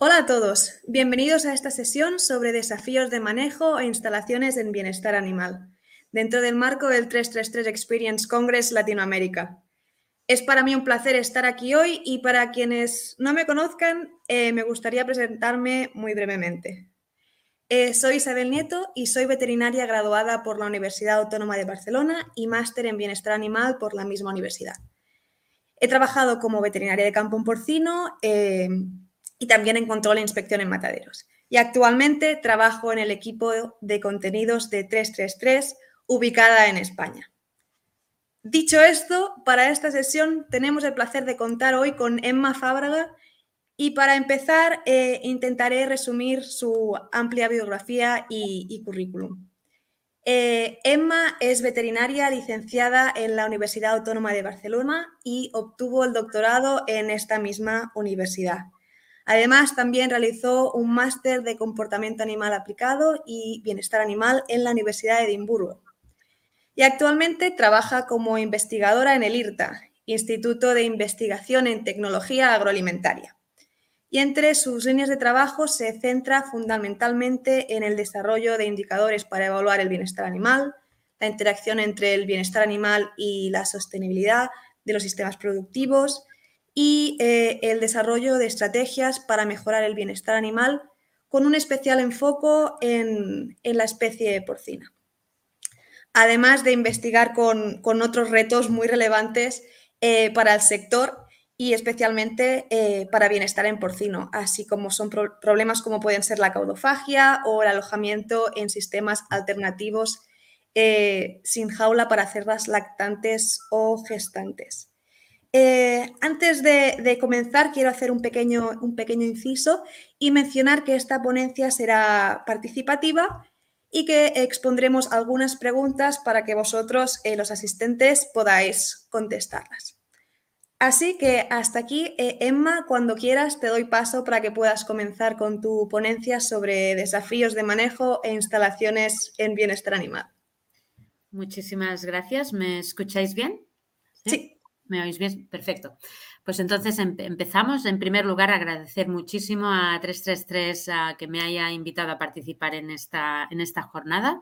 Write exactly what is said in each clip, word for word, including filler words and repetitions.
Hola a todos, bienvenidos a esta sesión sobre desafíos de manejo e instalaciones en bienestar animal, dentro del marco del trescientos treinta y tres Experience Congress Latinoamérica. Es para mí un placer estar aquí hoy y para quienes no me conozcan, eh, me gustaría presentarme muy brevemente. Eh, soy Isabel Nieto y soy veterinaria graduada por la Universidad Autónoma de Barcelona y máster en bienestar animal por la misma universidad. He trabajado como veterinaria de campo en porcino eh, y también en control e inspección en mataderos. Y actualmente trabajo en el equipo de contenidos de trescientos treinta y tres, ubicada en España. Dicho esto, para esta sesión tenemos el placer de contar hoy con Emma Fábraga y para empezar eh, intentaré resumir su amplia biografía y, y currículum. Eh, Emma es veterinaria licenciada en la Universidad Autónoma de Barcelona y obtuvo el doctorado en esta misma universidad. Además, también realizó un máster de comportamiento animal aplicado y bienestar animal en la Universidad de Edimburgo. Y actualmente trabaja como investigadora en el IRTA, Instituto de Investigación en Tecnología Agroalimentaria. Y entre sus líneas de trabajo se centra fundamentalmente en el desarrollo de indicadores para evaluar el bienestar animal, la interacción entre el bienestar animal y la sostenibilidad de los sistemas productivos y eh, el desarrollo de estrategias para mejorar el bienestar animal con un especial enfoque en, en la especie porcina. Además de investigar con, con otros retos muy relevantes eh, para el sector y especialmente eh, para bienestar en porcino, así como son pro problemas como pueden ser la caudofagia o el alojamiento en sistemas alternativos eh, sin jaula para cerdas lactantes o gestantes. Eh, antes de, de comenzar, quiero hacer un pequeño, un pequeño inciso y mencionar que esta ponencia será participativa y que expondremos algunas preguntas para que vosotros, eh, los asistentes, podáis contestarlas. Así que hasta aquí, eh, Emma, cuando quieras te doy paso para que puedas comenzar con tu ponencia sobre desafíos de manejo e instalaciones en bienestar animal. Muchísimas gracias. ¿Me escucháis bien? ¿Sí? Sí. ¿Me oís bien? Perfecto. Pues entonces em empezamos. En primer lugar, agradecer muchísimo a trescientos treinta y tres a que me haya invitado a participar en esta, en esta jornada.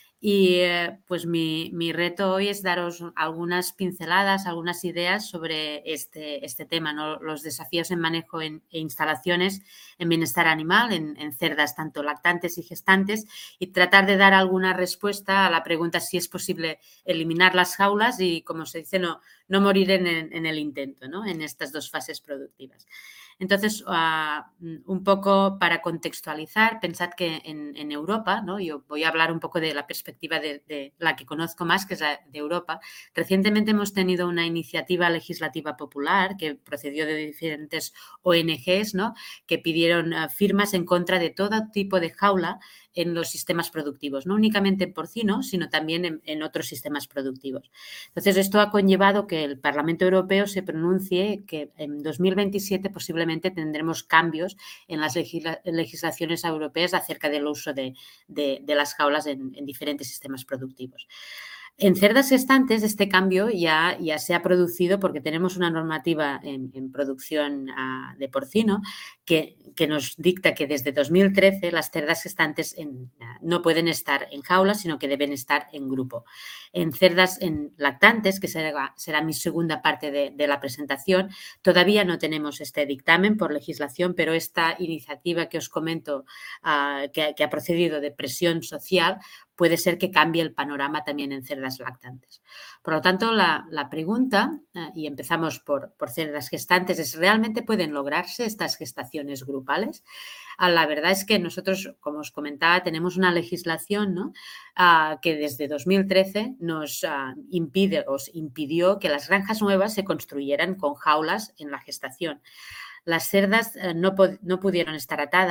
Y eh, pues mi, mi reto hoy es daros algunas pinceladas, algunas ideas sobre este, este tema, ¿no? Los desafíos en manejo en, e instalaciones en bienestar animal, en, en cerdas tanto lactantes y gestantes, y tratar de dar alguna respuesta a la pregunta si es posible eliminar las jaulas y, como se dice, no, no morir en el, en el intento, ¿no? En estas dos fases productivas. Entonces, uh, un poco para contextualizar, pensad que en, en Europa, ¿no? Yo voy a hablar un poco de la perspectiva de, de la que conozco más, que es la de Europa. Recientemente hemos tenido una iniciativa legislativa popular que procedió de diferentes O N Ges, ¿no? Que pidieron uh, firmas en contra de todo tipo de jaula en los sistemas productivos, no únicamente en porcino, sino también en, en otros sistemas productivos. Entonces, esto ha conllevado que el Parlamento Europeo se pronuncie que en dos mil veintisiete posiblemente tendremos cambios en las legisla legislaciones europeas acerca del uso de, de, de las jaulas en, en diferentes sistemas productivos. En cerdas gestantes este cambio ya, ya se ha producido porque tenemos una normativa en, en producción uh, de porcino que, que nos dicta que desde dos mil trece las cerdas gestantes en, uh, no pueden estar en jaulas, sino que deben estar en grupo. En cerdas en lactantes, que será, será mi segunda parte de, de la presentación, todavía no tenemos este dictamen por legislación, pero esta iniciativa que os comento uh, que, que ha procedido de presión social puede ser que cambie el panorama también en cerdas lactantes. Por lo tanto, la, la pregunta, eh, y empezamos por, por cerdas gestantes, es ¿realmente pueden lograrse estas gestaciones grupales? Ah, la verdad es que nosotros, como os comentaba, tenemos una legislación, ¿no? ah, que desde dos mil trece nos ah, impide, os impidió que las granjas nuevas se construyeran con jaulas en la gestación. Las cerdas eh, no, no pudieron estar atadas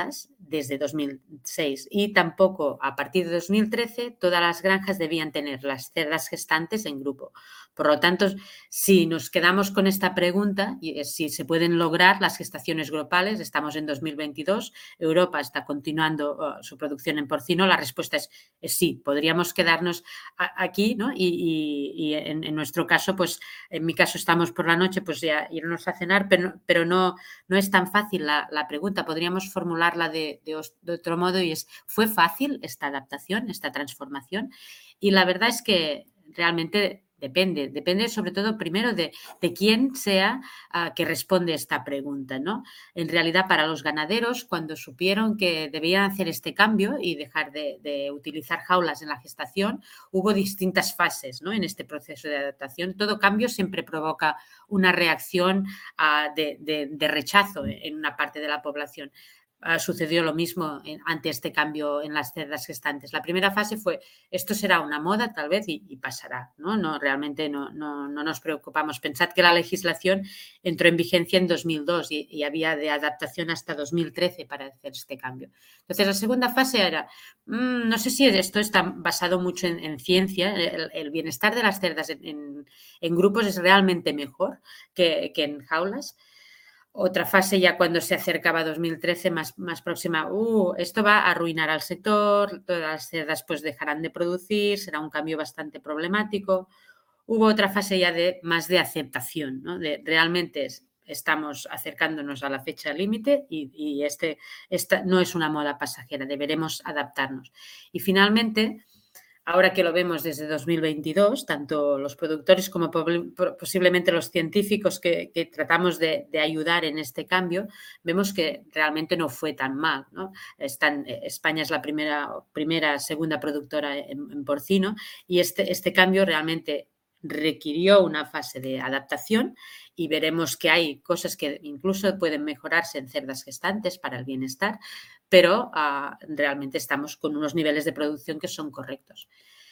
desde dos mil seis y tampoco a partir de dos mil trece todas las granjas debían tener las cerdas gestantes en grupo. Por lo tanto, si nos quedamos con esta pregunta, y es si se pueden lograr las gestaciones grupales, estamos en dos mil veintidós, Europa está continuando uh, su producción en porcino, la respuesta es, es sí, podríamos quedarnos a, aquí, ¿no? Y, y, y en, en nuestro caso, pues en mi caso estamos por la noche, pues ya irnos a cenar, pero, pero no, no es tan fácil la, la pregunta, podríamos formularla de, de, de otro modo y es, ¿fue fácil esta adaptación, esta transformación? Y la verdad es que realmente depende, depende sobre todo primero de, de quién sea uh, que responde esta pregunta, ¿no? En realidad, para los ganaderos, cuando supieron que debían hacer este cambio y dejar de, de utilizar jaulas en la gestación, hubo distintas fases, ¿no? En este proceso de adaptación. Todo cambio siempre provoca una reacción uh, de, de, de rechazo en una parte de la población. Uh, sucedió lo mismo en, ante este cambio en las cerdas gestantes. La primera fase fue, esto será una moda tal vez y, y pasará, ¿no? No, realmente no, no, no nos preocupamos. Pensad que la legislación entró en vigencia en dos mil dos y, y había de adaptación hasta dos mil trece para hacer este cambio. Entonces, la segunda fase era, mmm, no sé si esto está basado mucho en, en ciencia, el, el bienestar de las cerdas en, en, en grupos es realmente mejor que, que en jaulas. Otra fase ya cuando se acercaba a dos mil trece, más, más próxima, uh, esto va a arruinar al sector, todas las cerdas pues dejarán de producir, será un cambio bastante problemático. Hubo otra fase ya de más de aceptación, ¿no? De realmente es, estamos acercándonos a la fecha límite y, y este, esta no es una moda pasajera, deberemos adaptarnos. Y finalmente, ahora que lo vemos desde dos mil veintidós, tanto los productores como posiblemente los científicos que, que tratamos de, de ayudar en este cambio, vemos que realmente no fue tan mal, ¿no? Están, España es la primera, primera segunda productora en, en porcino y este, este cambio realmente requirió una fase de adaptación y veremos que hay cosas que incluso pueden mejorarse en cerdas gestantes para el bienestar, pero uh, realmente estamos con unos niveles de producción que son correctos.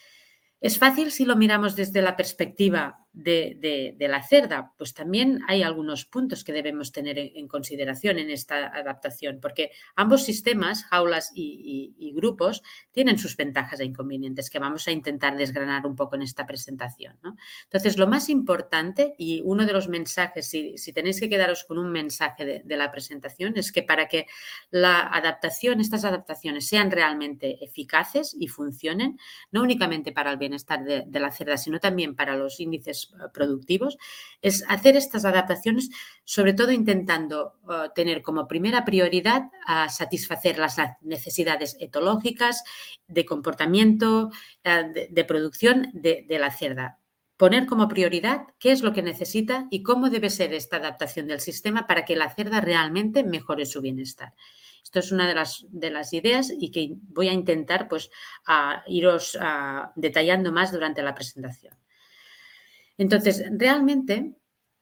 ¿Es fácil si lo miramos desde la perspectiva de, de, de la cerda? Pues también hay algunos puntos que debemos tener en, en consideración en esta adaptación, porque ambos sistemas, jaulas y, y, y grupos, tienen sus ventajas e inconvenientes que vamos a intentar desgranar un poco en esta presentación, ¿no? Entonces, lo más importante y uno de los mensajes, si, si tenéis que quedaros con un mensaje de, de la presentación, es que para que la adaptación, estas adaptaciones sean realmente eficaces y funcionen, no únicamente para el bienestar De, de la cerda, sino también para los índices productivos, es hacer estas adaptaciones, sobre todo intentando uh, tener como primera prioridad a satisfacer las necesidades etológicas, de comportamiento, uh, de, de producción de, de la cerda. Poner como prioridad qué es lo que necesita y cómo debe ser esta adaptación del sistema para que la cerda realmente mejore su bienestar. Esto es una de las, de las ideas y que voy a intentar pues, a iros a, detallando más durante la presentación. Entonces, realmente,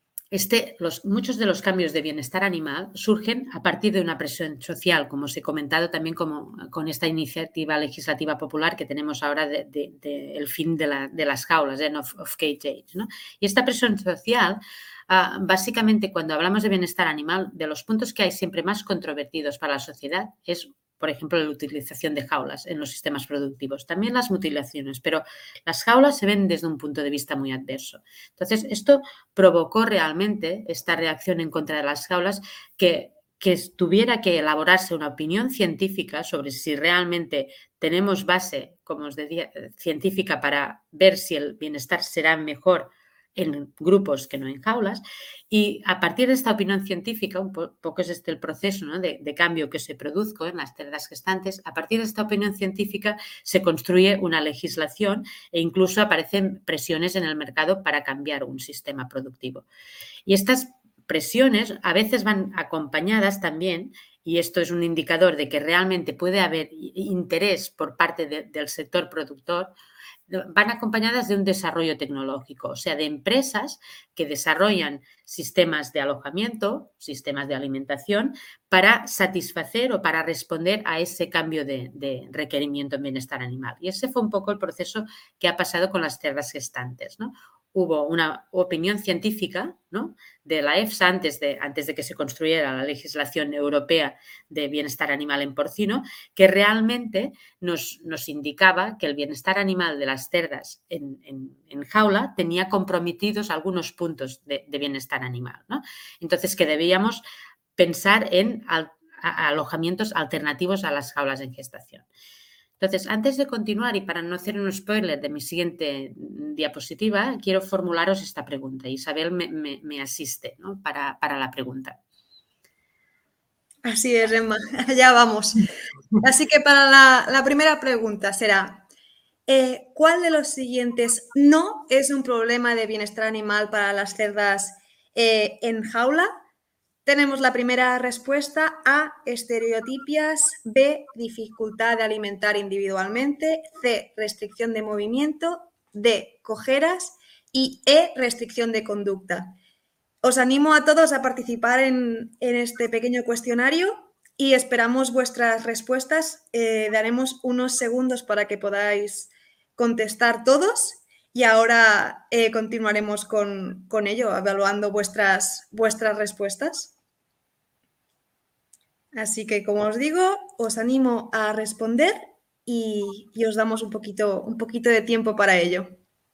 este, los, muchos de los cambios de bienestar animal surgen a partir de una presión social, como os he comentado también como, con esta iniciativa legislativa popular que tenemos ahora del de, de, de fin de, la, de las jaulas, end of, of cage age, ¿no? Y esta presión social, Uh, básicamente, cuando hablamos de bienestar animal, de los puntos que hay siempre más controvertidos para la sociedad es, por ejemplo, la utilización de jaulas en los sistemas productivos. También las mutilaciones, pero las jaulas se ven desde un punto de vista muy adverso. Entonces, esto provocó realmente esta reacción en contra de las jaulas que, que tuviera que elaborarse una opinión científica sobre si realmente tenemos base, como os decía, científica para ver si el bienestar será mejor en grupos que no en jaulas, y a partir de esta opinión científica, un poco es este el proceso, ¿no? de, de cambio que se produjo en las cerdas gestantes, a partir de esta opinión científica se construye una legislación e incluso aparecen presiones en el mercado para cambiar un sistema productivo. Y estas presiones a veces van acompañadas también, y esto es un indicador de que realmente puede haber interés por parte de, del sector productor, van acompañadas de un desarrollo tecnológico, o sea, de empresas que desarrollan sistemas de alojamiento, sistemas de alimentación, para satisfacer o para responder a ese cambio de, de requerimiento en bienestar animal. Y ese fue un poco el proceso que ha pasado con las cerdas gestantes, ¿no? hubo una opinión científica, ¿no?, de la EFSA antes de, antes de que se construyera la legislación europea de bienestar animal en porcino, que realmente nos, nos indicaba que el bienestar animal de las cerdas en, en, en jaula tenía comprometidos algunos puntos de, de bienestar animal, ¿no? Entonces, que debíamos pensar en al, a, alojamientos alternativos a las jaulas en gestación. Entonces, antes de continuar y para no hacer un spoiler de mi siguiente diapositiva, quiero formularos esta pregunta. Isabel me, me, me asiste, ¿no?, para, para la pregunta. Así es, Emma, ya vamos. Así que para la, la primera pregunta será, eh, ¿cuál de los siguientes no es un problema de bienestar animal para las cerdas eh, en jaula? Tenemos la primera respuesta: A, estereotipias; B, dificultad de alimentar individualmente; C, restricción de movimiento; D, cojeras; y E, restricción de conducta. Os animo a todos a participar en, en este pequeño cuestionario y esperamos vuestras respuestas. Eh, daremos unos segundos para que podáis contestar todos y ahora eh, continuaremos con, con ello, evaluando vuestras, vuestras respuestas. Así que, como os digo, os animo a responder y, y os damos un poquito, un poquito de tiempo para ello.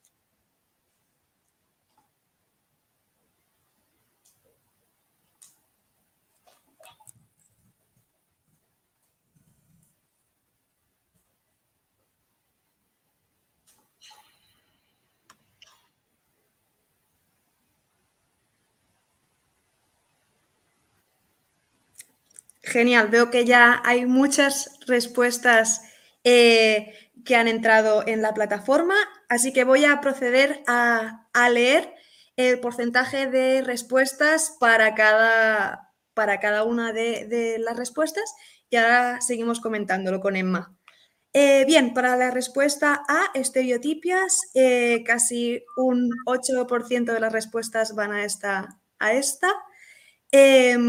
Genial, veo que ya hay muchas respuestas eh, que han entrado en la plataforma, así que voy a proceder a, a leer el porcentaje de respuestas para cada, para cada una de, de las respuestas y ahora seguimos comentándolo con Emma. Eh, bien, para la respuesta A, estereotipias, eh, casi un ocho por ciento de las respuestas van a esta. A esta. Eh,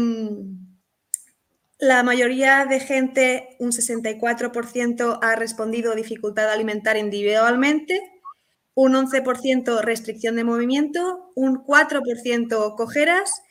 La mayoría de gente, un sesenta y cuatro por ciento, ha respondido dificultad alimentar individualmente, un once por ciento restricción de movimiento, un cuatro por ciento cojeras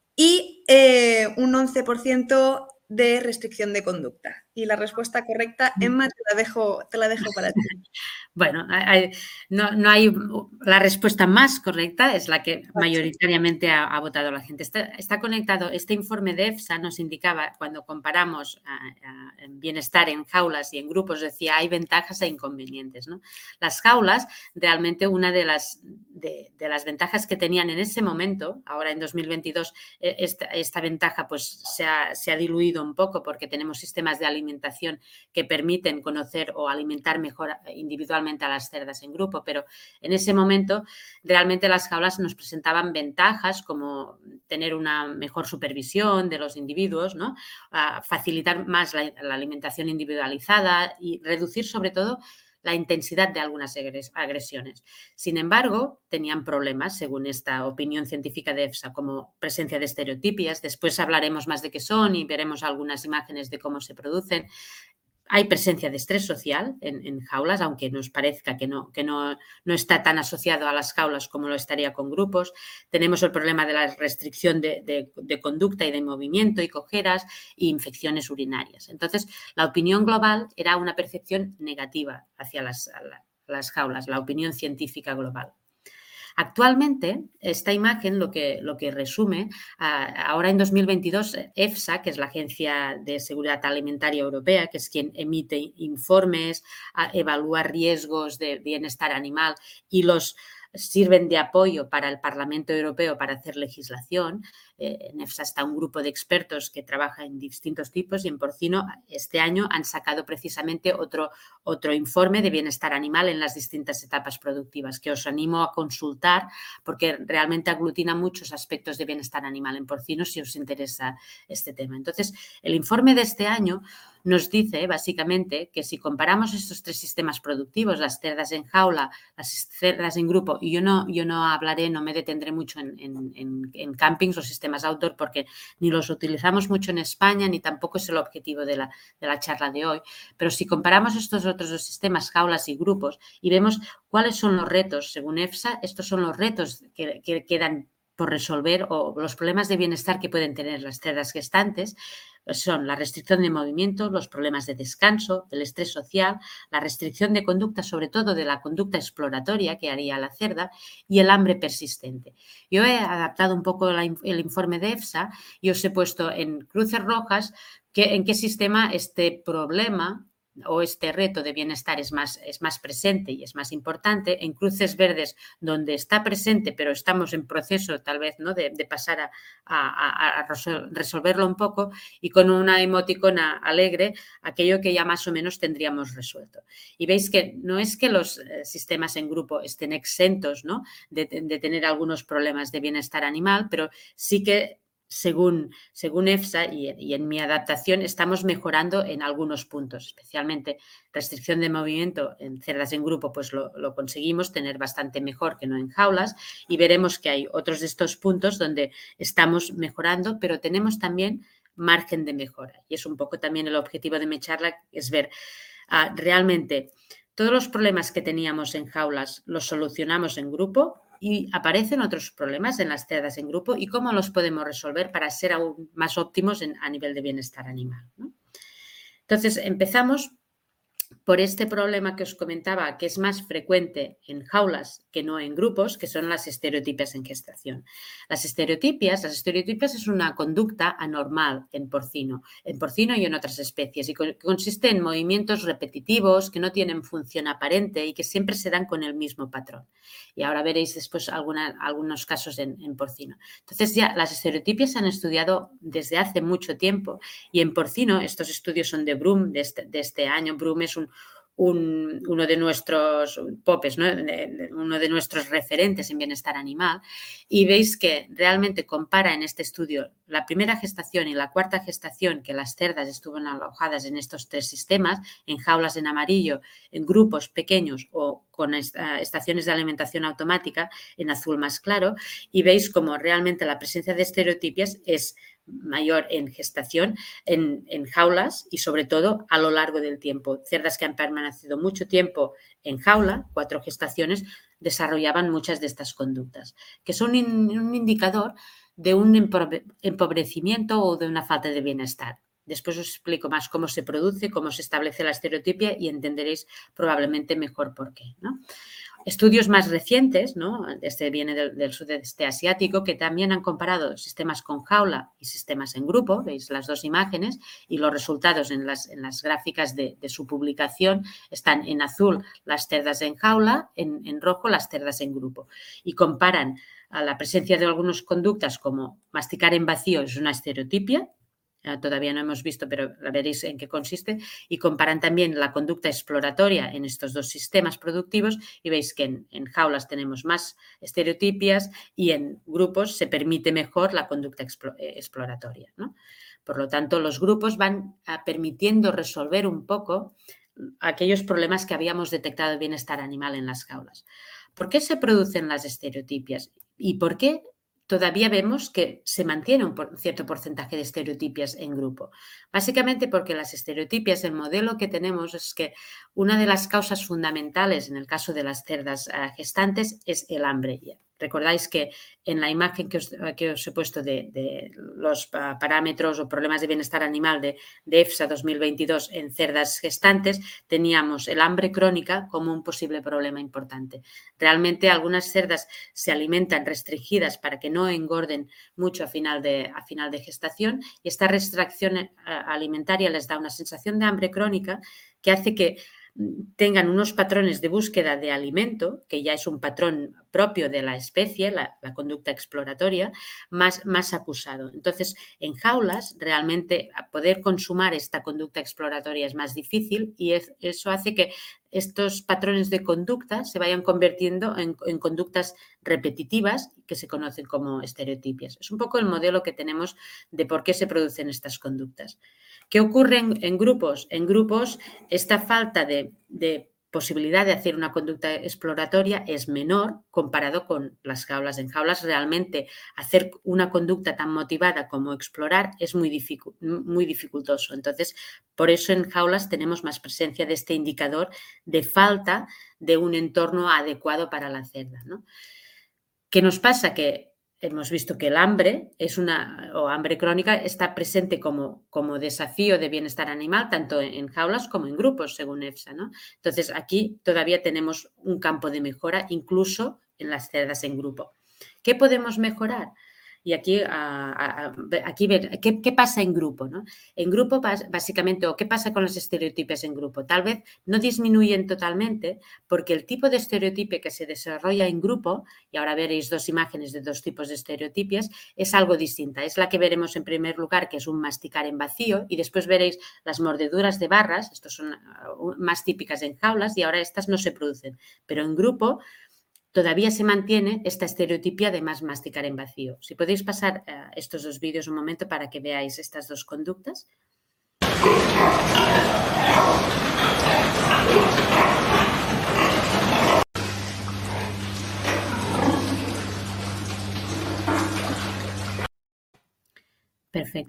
y eh, un once por ciento de restricción de conducta. Y la respuesta correcta, Emma, te la dejo, te la dejo para ti. Bueno, hay, no, no hay la respuesta más correcta, es la que mayoritariamente ha, ha votado la gente. Está, está conectado, este informe de EFSA nos indicaba, cuando comparamos a, a, en bienestar en jaulas y en grupos, decía hay ventajas e inconvenientes, ¿no? Las jaulas, realmente una de las, de, de las ventajas que tenían en ese momento, ahora en dos mil veintidós, esta, esta ventaja pues se ha, se ha diluido un poco porque tenemos sistemas de alimentación que permiten conocer o alimentar mejor individualmente a las cerdas en grupo, pero en ese momento realmente las jaulas nos presentaban ventajas como tener una mejor supervisión de los individuos, ¿no? Uh, facilitar más la, la alimentación individualizada y reducir sobre todo la intensidad de algunas agresiones. Sin embargo, tenían problemas, según esta opinión científica de EFSA, como presencia de estereotipias. Después hablaremos más de qué son y veremos algunas imágenes de cómo se producen. Hay presencia de estrés social en, en jaulas, aunque nos parezca que, no, que no, no está tan asociado a las jaulas como lo estaría con grupos. Tenemos el problema de la restricción de, de, de conducta y de movimiento y cojeras e infecciones urinarias. Entonces, la opinión global era una percepción negativa hacia las, las jaulas, la opinión científica global. Actualmente, esta imagen lo que, lo que resume, ahora en dos mil veintidós, EFSA, que es la Agencia de Seguridad Alimentaria Europea, que es quien emite informes, evalúa riesgos de bienestar animal y los sirven de apoyo para el Parlamento Europeo para hacer legislación. Eh, en EFSA está un grupo de expertos que trabaja en distintos tipos y en porcino este año han sacado precisamente otro, otro informe de bienestar animal en las distintas etapas productivas que os animo a consultar porque realmente aglutina muchos aspectos de bienestar animal en porcino si os interesa este tema. Entonces, el informe de este año nos dice básicamente que si comparamos estos tres sistemas productivos, las cerdas en jaula, las cerdas en grupo, y yo no, yo no hablaré, no me detendré mucho en, en, en, en campings o sistemas outdoor porque ni los utilizamos mucho en España ni tampoco es el objetivo de la, de la charla de hoy, pero si comparamos estos otros dos sistemas, jaulas y grupos, y vemos cuáles son los retos, según EFSA, estos son los retos que, que quedan por resolver o los problemas de bienestar que pueden tener las cerdas gestantes, son la restricción de movimiento, los problemas de descanso, el estrés social, la restricción de conducta, sobre todo de la conducta exploratoria que haría la cerda, y el hambre persistente. Yo he adaptado un poco la, el informe de EFSA y os he puesto en cruces rojas que, en qué sistema este problema o este reto de bienestar es más, es más presente y es más importante, en cruces verdes donde está presente pero estamos en proceso tal vez, ¿no? de, de pasar a, a, a resolverlo un poco, y con una emoticona alegre aquello que ya más o menos tendríamos resuelto. Y veis que no es que los sistemas en grupo estén exentos, ¿no? de, de tener algunos problemas de bienestar animal, pero sí que Según, según EFSA y, y en mi adaptación estamos mejorando en algunos puntos, especialmente restricción de movimiento en cerdas en grupo, pues lo, lo conseguimos tener bastante mejor que no en jaulas, y veremos que hay otros de estos puntos donde estamos mejorando, pero tenemos también margen de mejora. Y es un poco también el objetivo de mi charla, es ver uh, realmente todos los problemas que teníamos en jaulas los solucionamos en grupo, y aparecen otros problemas en las cerdas en grupo y cómo los podemos resolver para ser aún más óptimos en, a nivel de bienestar animal, ¿no? Entonces, empezamos por este problema que os comentaba, que es más frecuente en jaulas que no en grupos, que son las estereotipias en gestación. Las estereotipias, las estereotipias es una conducta anormal en porcino, en porcino y en otras especies, y consiste en movimientos repetitivos que no tienen función aparente y que siempre se dan con el mismo patrón. Y ahora veréis después alguna, algunos casos en, en porcino. Entonces ya las estereotipias se han estudiado desde hace mucho tiempo, y en porcino estos estudios son de Broom, de este, de este año. Broom es un Un, uno de nuestros popes, ¿no? de, de, uno de nuestros referentes en bienestar animal, y veis que realmente compara en este estudio la primera gestación y la cuarta gestación, que las cerdas estuvieron alojadas en estos tres sistemas, en jaulas en amarillo, en grupos pequeños o con estaciones de alimentación automática en azul más claro, y veis como realmente la presencia de estereotipias es mayor en gestación, en, en jaulas y sobre todo a lo largo del tiempo. Cerdas que han permanecido mucho tiempo en jaula, cuatro gestaciones, desarrollaban muchas de estas conductas, que son in, un indicador de un empobrecimiento o de una falta de bienestar. Después os explico más cómo se produce, cómo se establece la estereotipia y entenderéis probablemente mejor por qué, ¿no? Estudios más recientes, ¿no? Este viene del, del sudeste asiático, que también han comparado sistemas con jaula y sistemas en grupo, veis las dos imágenes, y los resultados en las, en las gráficas de, de su publicación están en azul las cerdas en jaula, en, en rojo las cerdas en grupo, y comparan a la presencia de algunas conductas como masticar en vacío, es una estereotipia, todavía no hemos visto, pero la veréis en qué consiste, y comparan también la conducta exploratoria en estos dos sistemas productivos, y veis que en, en jaulas tenemos más estereotipias y en grupos se permite mejor la conducta explo, eh, exploratoria, ¿no? Por lo tanto, los grupos van a, permitiendo resolver un poco aquellos problemas que habíamos detectado de bienestar animal en las jaulas. ¿Por qué se producen las estereotipias? ¿Y por qué todavía vemos que se mantiene un cierto porcentaje de estereotipias en grupo? Básicamente porque las estereotipias, el modelo que tenemos es que una de las causas fundamentales en el caso de las cerdas gestantes es el hambre. Recordáis que en la imagen que os, que os he puesto de, de los parámetros o problemas de bienestar animal de, de EFSA dos mil veintidós en cerdas gestantes, teníamos el hambre crónica como un posible problema importante. Realmente algunas cerdas se alimentan restringidas para que no engorden mucho a final de, a final de gestación, y esta restricción alimentaria les da una sensación de hambre crónica que hace que tengan unos patrones de búsqueda de alimento, que ya es un patrón propio de la especie, la, la conducta exploratoria, más, más acusado. Entonces, en jaulas, realmente poder consumar esta conducta exploratoria es más difícil, y es, eso hace que estos patrones de conducta se vayan convirtiendo en, en conductas repetitivas que se conocen como estereotipias. Es un poco el modelo que tenemos de por qué se producen estas conductas. ¿Qué ocurre en, en grupos? En grupos esta falta de, de posibilidad de hacer una conducta exploratoria es menor comparado con las jaulas. En jaulas realmente hacer una conducta tan motivada como explorar es muy, dificu- muy dificultoso. Entonces, por eso en jaulas tenemos más presencia de este indicador de falta de un entorno adecuado para la cerda, ¿no? ¿Qué nos pasa? Que hemos visto que el hambre es una, o hambre crónica está presente como, como desafío de bienestar animal, tanto en jaulas como en grupos, según EFSA, ¿no? Entonces, aquí todavía tenemos un campo de mejora, incluso en las cerdas en grupo. ¿Qué podemos mejorar? Y aquí, a, a, aquí ver ¿qué, qué pasa en grupo, ¿no? En grupo, básicamente, o qué pasa con las estereotipias en grupo. Tal vez no disminuyen totalmente porque el tipo de estereotipe que se desarrolla en grupo, y ahora veréis dos imágenes de dos tipos de estereotipias, es algo distinta. Es la que veremos en primer lugar, que es un masticar en vacío, y después veréis las mordeduras de barras, estas son más típicas en jaulas, y ahora estas no se producen. Pero en grupo todavía se mantiene esta estereotipia de más masticar en vacío. Si podéis pasar uh, estos dos vídeos un momento para que veáis estas dos conductas. Perfecto.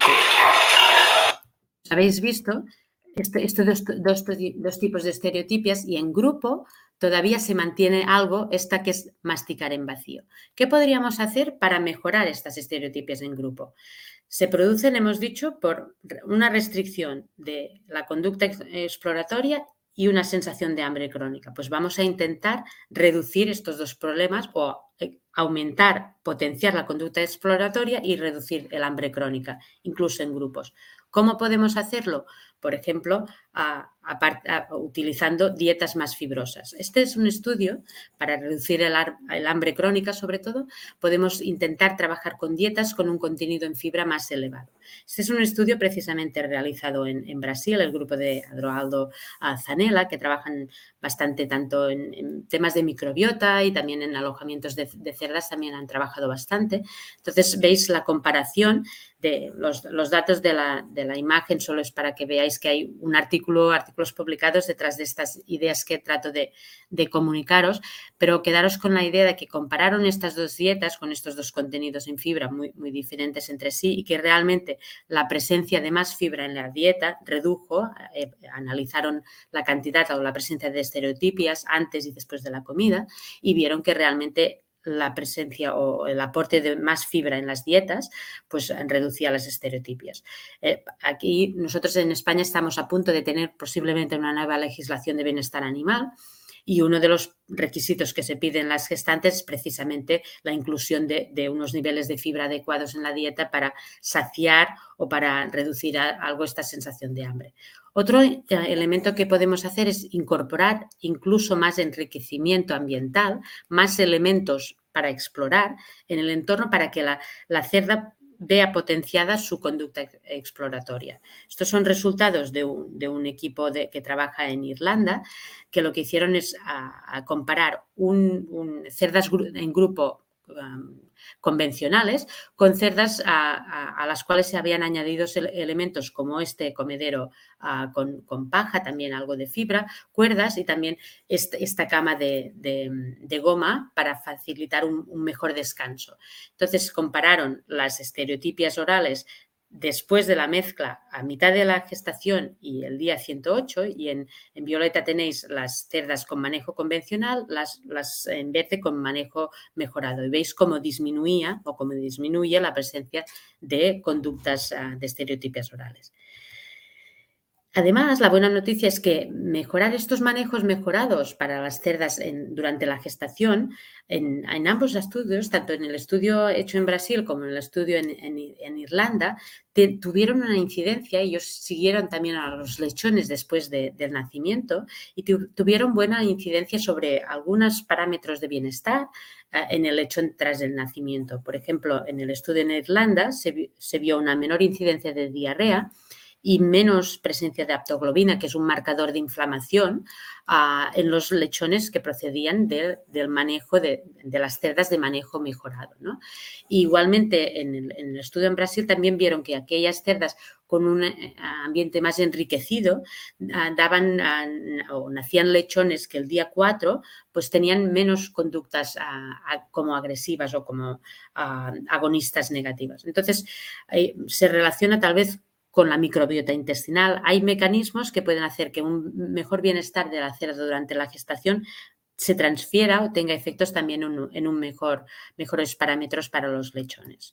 Habéis visto estos este dos, dos, dos tipos de estereotipias y en grupo todavía se mantiene algo, esta que es masticar en vacío. ¿Qué podríamos hacer para mejorar estas estereotipias en grupo? Se producen, hemos dicho, por una restricción de la conducta exploratoria y una sensación de hambre crónica. Pues vamos a intentar reducir estos dos problemas o aumentar, potenciar la conducta exploratoria y reducir el hambre crónica, incluso en grupos. ¿Cómo podemos hacerlo? Por ejemplo, a, a, a, utilizando dietas más fibrosas. Este es un estudio para reducir el, el hambre crónica, sobre todo. Podemos intentar trabajar con dietas con un contenido en fibra más elevado. Este es un estudio precisamente realizado en, en Brasil, el grupo de Adroaldo Zanella, que trabajan bastante tanto en, en temas de microbiota y también en alojamientos de, de cerdas, también han trabajado bastante. Entonces, veis la comparación de los, los datos de la, de la imagen, solo es para que veáis que hay un artículo, artículos publicados detrás de estas ideas que trato de, de comunicaros, pero quedaros con la idea de que compararon estas dos dietas con estos dos contenidos en fibra muy, muy diferentes entre sí y que realmente la presencia de más fibra en la dieta redujo, eh, analizaron la cantidad o la presencia de estereotipias antes y después de la comida y vieron que realmente la presencia o el aporte de más fibra en las dietas, pues reducía las estereotipias. Eh, aquí nosotros en España estamos a punto de tener posiblemente una nueva legislación de bienestar animal y uno de los requisitos que se piden las gestantes es precisamente la inclusión de, de unos niveles de fibra adecuados en la dieta para saciar o para reducir a, algo esta sensación de hambre. Otro elemento que podemos hacer es incorporar incluso más enriquecimiento ambiental, más elementos para explorar en el entorno para que la, la cerda vea potenciada su conducta exploratoria. Estos son resultados de un, de un equipo de, que trabaja en Irlanda, que lo que hicieron es a, a comparar un, un cerdas en grupo um, convencionales con cerdas a, a, a las cuales se habían añadido elementos como este comedero uh, con, con paja, también algo de fibra, cuerdas y también este, esta cama de, de, de goma para facilitar un, un mejor descanso. Entonces compararon las estereotipias orales después de la mezcla a mitad de la gestación y el día ciento ocho, y en, en violeta tenéis las cerdas con manejo convencional, las, las en verde con manejo mejorado. Y veis cómo disminuía o cómo disminuye la presencia de conductas uh, de estereotipias orales. Además, la buena noticia es que mejorar estos manejos mejorados para las cerdas en, durante la gestación, en, en ambos estudios, tanto en el estudio hecho en Brasil como en el estudio en, en, en Irlanda, te, tuvieron una incidencia. Ellos siguieron también a los lechones después de, del nacimiento y tu, tuvieron buena incidencia sobre algunos parámetros de bienestar uh, en el lechón tras el nacimiento. Por ejemplo, en el estudio en Irlanda se, se vio una menor incidencia de diarrea y menos presencia de aptoglobina, que es un marcador de inflamación, uh, en los lechones que procedían de, del manejo de, de las cerdas de manejo mejorado, ¿no? Y igualmente, en el, en el estudio en Brasil también vieron que aquellas cerdas con un ambiente más enriquecido uh, daban uh, o nacían lechones que el día cuatro pues tenían menos conductas uh, uh, como agresivas o como uh, agonistas negativas. Entonces, eh, se relaciona tal vez con la microbiota intestinal. Hay mecanismos que pueden hacer que un mejor bienestar de la cerda durante la gestación se transfiera o tenga efectos también en un, en un mejor, mejores parámetros para los lechones.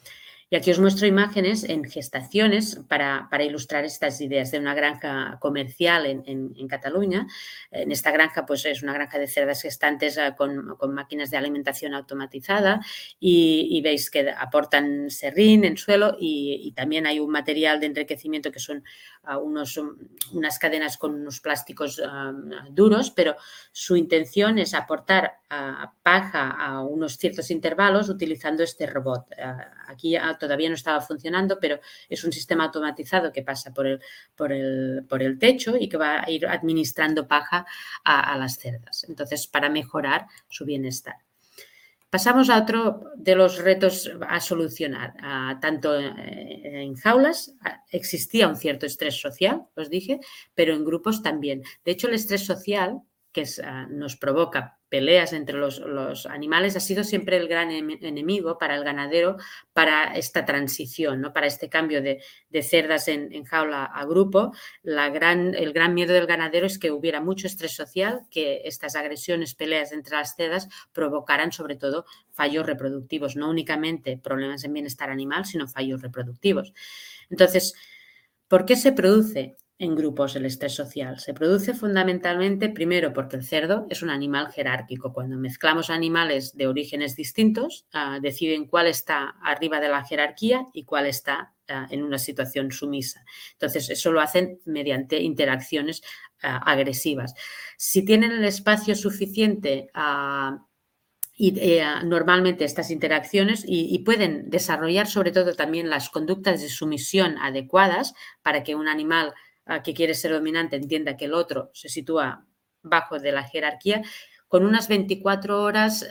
Y aquí os muestro imágenes en gestaciones para, para ilustrar estas ideas de una granja comercial en, en, en Cataluña. En esta granja pues, es una granja de cerdas gestantes uh, con, con máquinas de alimentación automatizada y, y veis que aportan serrín en suelo y, y también hay un material de enriquecimiento que son uh, unos, um, unas cadenas con unos plásticos uh, duros, pero su intención es aportar uh, paja a unos ciertos intervalos utilizando este robot. Uh, aquí uh, todavía no estaba funcionando, pero es un sistema automatizado que pasa por el, por el, por el techo y que va a ir administrando paja a, a las cerdas. Entonces, para mejorar su bienestar. Pasamos a otro de los retos a solucionar. Uh, tanto en jaulas existía un cierto estrés social, os dije, pero en grupos también. De hecho, el estrés social que es, uh, nos provoca peleas entre los, los animales ha sido siempre el gran enemigo para el ganadero para esta transición, ¿no? Para este cambio de, de cerdas en, en jaula a grupo. La gran, el gran miedo del ganadero es que hubiera mucho estrés social, que estas agresiones, peleas entre las cerdas provocaran sobre todo fallos reproductivos, no únicamente problemas en bienestar animal, sino fallos reproductivos. Entonces, ¿por qué se produce en grupos el estrés social? Se produce fundamentalmente, primero, porque el cerdo es un animal jerárquico. Cuando mezclamos animales de orígenes distintos, uh, deciden cuál está arriba de la jerarquía y cuál está uh, en una situación sumisa. Entonces, eso lo hacen mediante interacciones uh, agresivas. Si tienen el espacio suficiente uh, y eh, normalmente estas interacciones y, y pueden desarrollar sobre todo también las conductas de sumisión adecuadas para que un animal uh, que quiere ser dominante entienda que el otro se sitúa bajo de la jerarquía. Con unas veinticuatro horas,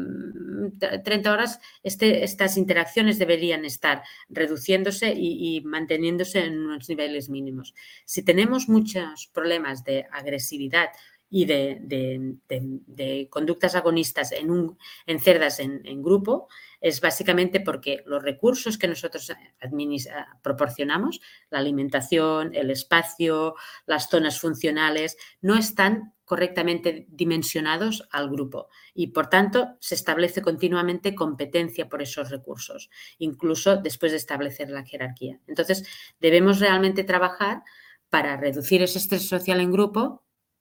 um, treinta horas, este, estas interacciones deberían estar reduciéndose y, y manteniéndose en unos niveles mínimos. Si tenemos muchos problemas de agresividad y de, de, de, de conductas agonistas en, un, en cerdas en, en grupo, es básicamente porque los recursos que nosotros proporcionamos, la alimentación, el espacio, las zonas funcionales, no están correctamente dimensionados al grupo y, por tanto, se establece continuamente competencia por esos recursos, incluso después de establecer la jerarquía. Entonces, debemos realmente trabajar para reducir ese estrés social en grupo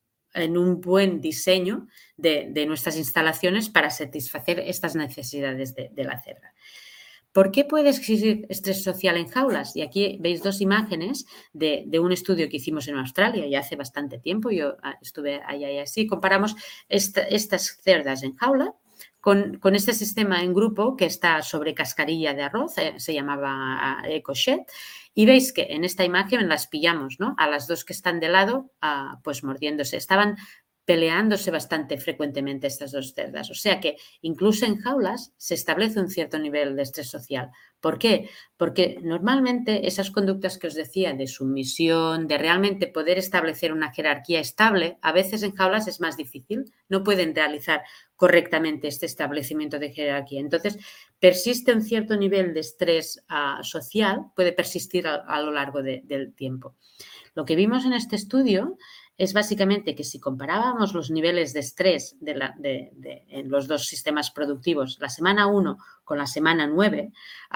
en un buen diseño de, de nuestras instalaciones para satisfacer estas necesidades de, de la cerda. ¿Por qué puede existir estrés social en jaulas? Y aquí veis dos imágenes de, de un estudio que hicimos en Australia ya hace bastante tiempo. Yo estuve allá y así. Comparamos esta, estas cerdas en jaula con, con este sistema en grupo que está sobre cascarilla de arroz, eh, se llamaba uh, EcoShed. Y veis que en esta imagen las pillamos, ¿no? A las dos que están de lado, uh, pues mordiéndose. Estaban peleándose bastante frecuentemente estas dos cerdas. O sea que incluso en jaulas se establece un cierto nivel de estrés social. ¿Por qué? Porque normalmente esas conductas que os decía de sumisión, de realmente poder establecer una jerarquía estable, a veces en jaulas es más difícil. No pueden realizar correctamente este establecimiento de jerarquía. Entonces, persiste un cierto nivel de estrés uh, social, puede persistir a, a lo largo de, del tiempo. Lo que vimos en este estudio es básicamente que si comparábamos los niveles de estrés de la, de, de, en los dos sistemas productivos, la semana uno con la semana nueve,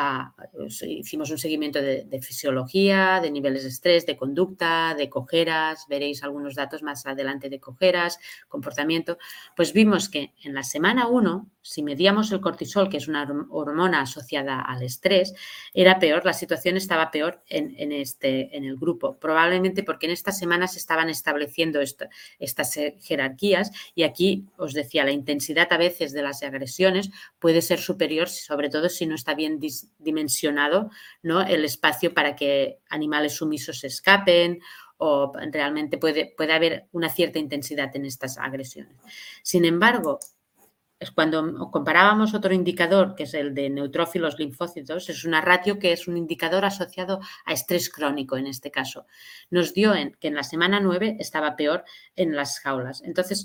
uh, hicimos un seguimiento de, de fisiología, de niveles de estrés, de conducta, de cojeras, veréis algunos datos más adelante de cojeras, comportamiento, pues vimos que en la semana uno, si medíamos el cortisol, que es una hormona asociada al estrés, era peor, la situación estaba peor en, en, este, en el grupo, probablemente porque en estas semanas se estaban estableciendo estableciendo esto, estas jerarquías. Y aquí os decía, la intensidad a veces de las agresiones puede ser superior, sobre todo si no está bien dimensionado, ¿no?, el espacio para que animales sumisos se escapen, o realmente puede, puede haber una cierta intensidad en estas agresiones. Sin embargo, es cuando comparábamos otro indicador, que es el de neutrófilos linfócitos, es una ratio que es un indicador asociado a estrés crónico en este caso. Nos dio en, que en la semana nueve estaba peor en las jaulas. Entonces,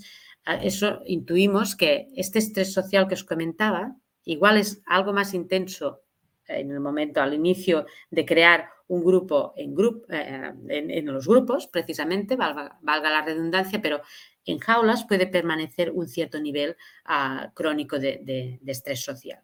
eso intuimos que este estrés social que os comentaba, igual es algo más intenso en el momento, al inicio de crear un grupo en, grupo, eh, en, en los grupos, precisamente, valga, valga la redundancia, pero en jaulas puede permanecer un cierto nivel uh, crónico de, de, de estrés social.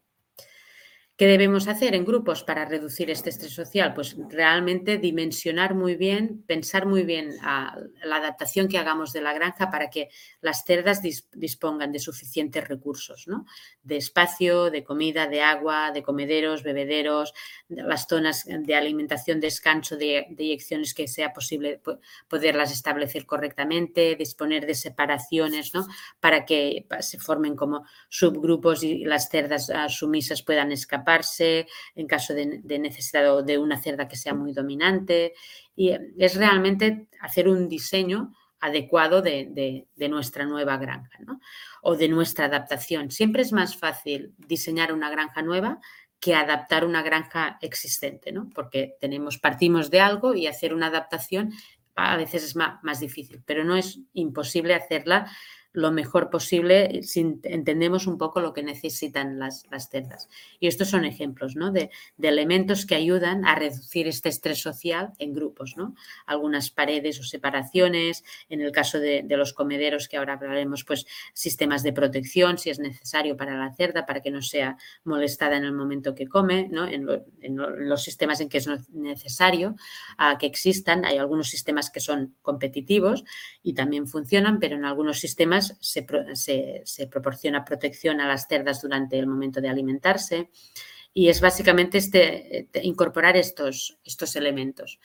¿Qué debemos hacer en grupos para reducir este estrés social? Pues realmente dimensionar muy bien, pensar muy bien a la adaptación que hagamos de la granja para que las cerdas dispongan de suficientes recursos, ¿no?, de espacio, de comida, de agua, de comederos, bebederos, de las zonas de alimentación, descanso, de, de eyecciones que sea posible poderlas establecer correctamente, disponer de separaciones, ¿no?, para que se formen como subgrupos y las cerdas uh, sumisas puedan escapar en caso de, de necesidad o de una cerda que sea muy dominante. Y es realmente hacer un diseño adecuado de, de, de nuestra nueva granja, ¿no?, o de nuestra adaptación. Siempre es más fácil diseñar una granja nueva que adaptar una granja existente, ¿no?, porque tenemos, partimos de algo y hacer una adaptación a veces es más, más difícil, pero no es imposible hacerla lo mejor posible si entendemos un poco lo que necesitan las, las cerdas. Y estos son ejemplos, ¿no?, de, de elementos que ayudan a reducir este estrés social en grupos, ¿no? Algunas paredes o separaciones, en el caso de, de los comederos que ahora hablaremos, pues sistemas de protección si es necesario para la cerda, para que no sea molestada en el momento que come, ¿no? En, lo, en, lo, en los sistemas en que es necesario uh, que existan. Hay algunos sistemas que son competitivos y también funcionan, pero en algunos sistemas Se, se, se proporciona protección a las cerdas durante el momento de alimentarse y es básicamente este, incorporar estos, estos elementos.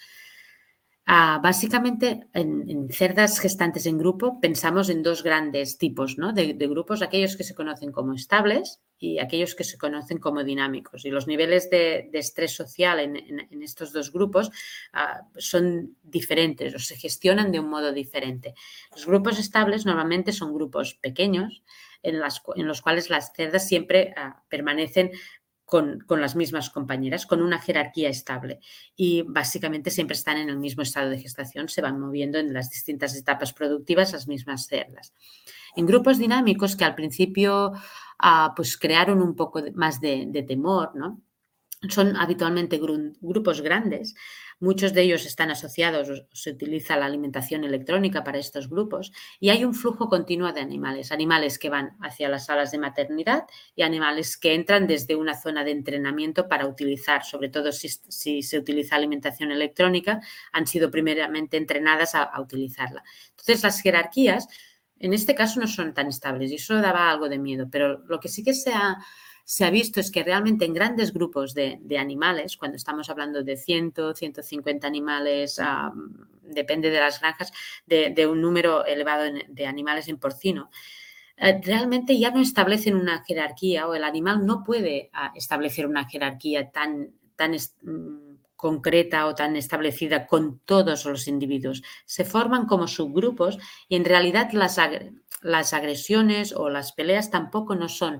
Ah, básicamente, en, en cerdas gestantes en grupo pensamos en dos grandes tipos, ¿no?, de, de grupos, aquellos que se conocen como estables y aquellos que se conocen como dinámicos. Y los niveles de, de estrés social en, en, en estos dos grupos uh, son diferentes o se gestionan de un modo diferente. Los grupos estables normalmente son grupos pequeños en, las, en los cuales las cerdas siempre uh, permanecen Con, con las mismas compañeras, con una jerarquía estable y básicamente siempre están en el mismo estado de gestación, se van moviendo en las distintas etapas productivas las mismas cerdas. En grupos dinámicos que al principio uh, pues crearon un poco de, más de, de temor, ¿no?, son habitualmente gru- grupos grandes. Muchos de ellos están asociados, se utiliza la alimentación electrónica para estos grupos y hay un flujo continuo de animales, animales que van hacia las salas de maternidad y animales que entran desde una zona de entrenamiento para utilizar, sobre todo si, si se utiliza alimentación electrónica, han sido primeramente entrenadas a, a utilizarla. Entonces, las jerarquías en este caso no son tan estables y eso daba algo de miedo, pero lo que sí que se ha... se ha visto es que realmente en grandes grupos de, de animales, cuando estamos hablando de cien, ciento cincuenta animales, um, depende de las granjas, de, de un número elevado de animales en porcino, eh, realmente ya no establecen una jerarquía o el animal no puede uh, establecer una jerarquía tan, tan um, concreta o tan establecida con todos los individuos. Se forman como subgrupos y en realidad las, ag- las agresiones o las peleas tampoco no son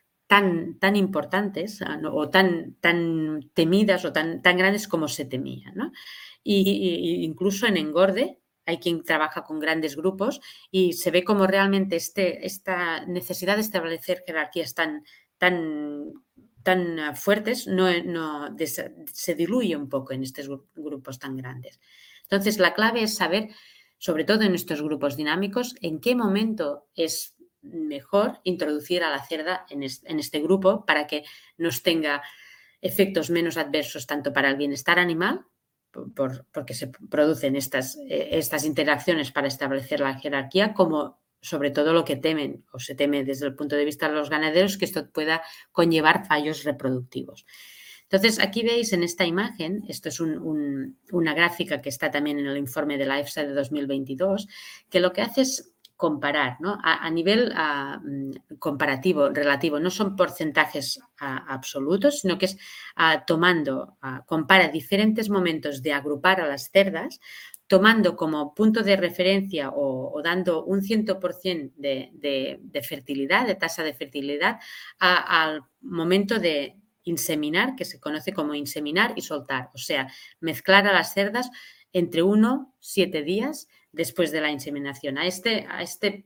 Tan, tan importantes ¿no? o tan, tan temidas o tan, tan grandes como se temían, ¿no? Y, y, incluso en engorde hay quien trabaja con grandes grupos y se ve como realmente este, esta necesidad de establecer jerarquías tan, tan, tan fuertes no, no, se diluye un poco en estos grupos tan grandes. Entonces, la clave es saber, sobre todo en estos grupos dinámicos, en qué momento es mejor introducir a la cerda en este, en este grupo para que nos tenga efectos menos adversos tanto para el bienestar animal, por, por, porque se producen estas, eh, estas interacciones para establecer la jerarquía, como sobre todo lo que temen o se teme desde el punto de vista de los ganaderos, que esto pueda conllevar fallos reproductivos. Entonces, aquí veis en esta imagen, esto es un, un, una gráfica que está también en el informe de la EFSA de dos mil veintidós, que lo que hace es comparar, ¿no? A, a nivel a, comparativo, relativo, no son porcentajes a, absolutos, sino que es a, tomando, a, compara diferentes momentos de agrupar a las cerdas, tomando como punto de referencia o, o dando un cien por ciento de, de, de fertilidad, de tasa de fertilidad, a, al momento de inseminar, que se conoce como inseminar y soltar, o sea, mezclar a las cerdas entre uno y siete días después de la inseminación. A este, a, este,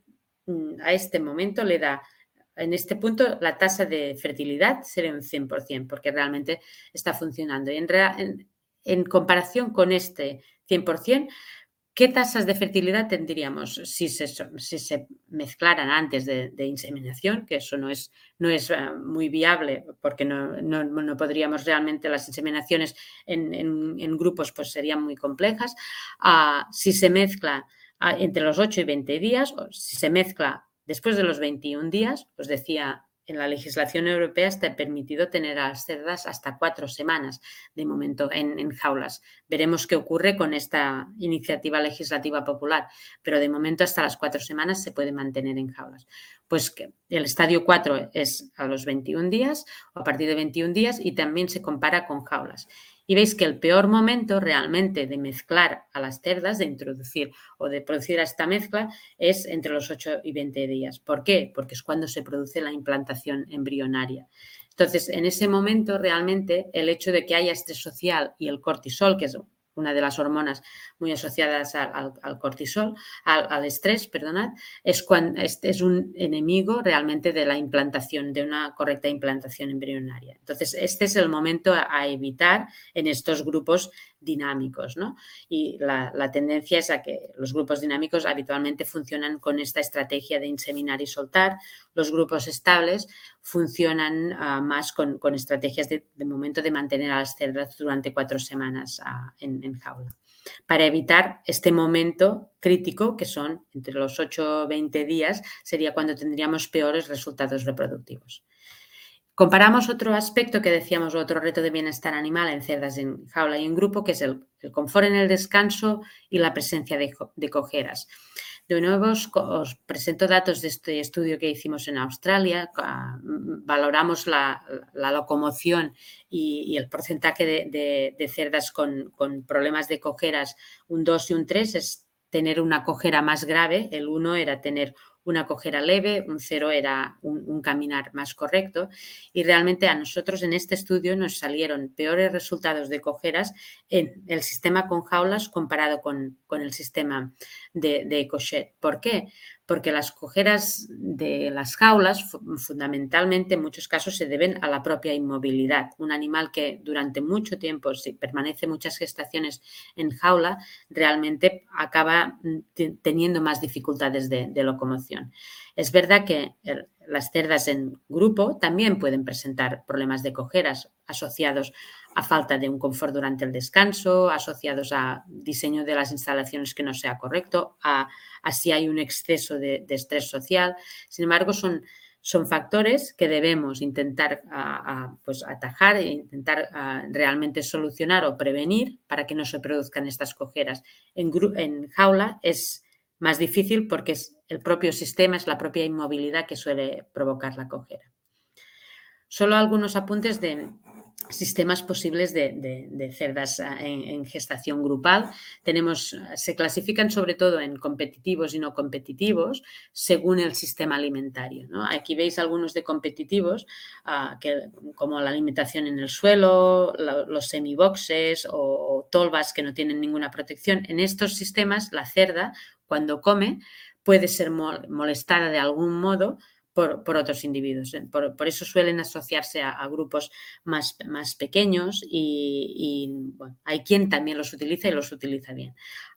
a este momento le da, en este punto, la tasa de fertilidad sería un cien por ciento, porque realmente está funcionando. Y en, en, en comparación con este cien por ciento, ¿qué tasas de fertilidad tendríamos si se, si se mezclaran antes de, de inseminación? Que eso no es, no es uh, muy viable, porque no, no, no podríamos realmente, las inseminaciones en, en, en grupos pues serían muy complejas. Uh, si se mezcla uh, entre los ocho y veinte días, o si se mezcla después de los veintiún días, os decía, en la legislación europea está permitido tener a las cerdas hasta cuatro semanas de momento en, en jaulas. Veremos qué ocurre con esta iniciativa legislativa popular, pero de momento hasta las cuatro semanas se puede mantener en jaulas. Pues que el estadio cuatro es a los veintiún días o a partir de veintiún días y también se compara con jaulas. Y veis que el peor momento realmente de mezclar a las cerdas, de introducir o de producir esta mezcla, es entre los ocho y veinte días. ¿Por qué? Porque es cuando se produce la implantación embrionaria. Entonces, en ese momento, realmente, el hecho de que haya estrés social y el cortisol, que es una de las hormonas muy asociadas al, al, al cortisol, al, al estrés, perdonad, es, cuando, es, es un enemigo realmente de la implantación, de una correcta implantación embrionaria. Entonces, este es el momento a, a evitar en estos grupos dinámicos, ¿no? Y la, la tendencia es a que los grupos dinámicos habitualmente funcionan con esta estrategia de inseminar y soltar. Los grupos estables funcionan uh, más con, con estrategias de, de momento de mantener a las cerdas durante cuatro semanas uh, en, en jaula, para evitar este momento crítico que son entre los ocho y veinte días, sería cuando tendríamos peores resultados reproductivos. Comparamos otro aspecto que decíamos, otro reto de bienestar animal en cerdas en jaula y en grupo, que es el, el confort en el descanso y la presencia de, de cojeras. De nuevo, os, os presento datos de este estudio que hicimos en Australia. Uh, valoramos la, la locomoción y, y el porcentaje de, de, de cerdas con, con problemas de cojeras. Un dos y un tres es tener una cojera más grave. El uno era tener una cojera leve, un cero era un, un caminar más correcto, y realmente a nosotros en este estudio nos salieron peores resultados de cojeras en el sistema con jaulas comparado con, con el sistema de, de EcoShed. ¿Por qué? Porque las cojeras de las jaulas fundamentalmente en muchos casos se deben a la propia inmovilidad. Un animal que durante mucho tiempo, si permanece muchas gestaciones en jaula, realmente acaba teniendo más dificultades de, de locomoción. Es verdad que el, las cerdas en grupo también pueden presentar problemas de cojeras asociados a falta de un confort durante el descanso, asociados a diseño de las instalaciones que no sea correcto, a, a si hay un exceso de, de estrés social. Sin embargo, son, son factores que debemos intentar a, a, pues, atajar e intentar a, realmente solucionar o prevenir para que no se produzcan estas cojeras. En, en jaula es más difícil porque es el propio sistema, es la propia inmovilidad que suele provocar la cojera. Solo algunos apuntes de sistemas posibles de, de, de cerdas en, en gestación grupal. Tenemos, se clasifican sobre todo en competitivos y no competitivos según el sistema alimentario, ¿no? Aquí veis algunos de competitivos, uh, que, como la alimentación en el suelo, la, los semiboxes o, o tolvas que no tienen ninguna protección. En estos sistemas, la cerda, cuando come, puede ser molestada de algún modo Por, por otros individuos. Por, por eso suelen asociarse a, a grupos más, más pequeños y, y bueno, hay quien también los utiliza y los utiliza bien.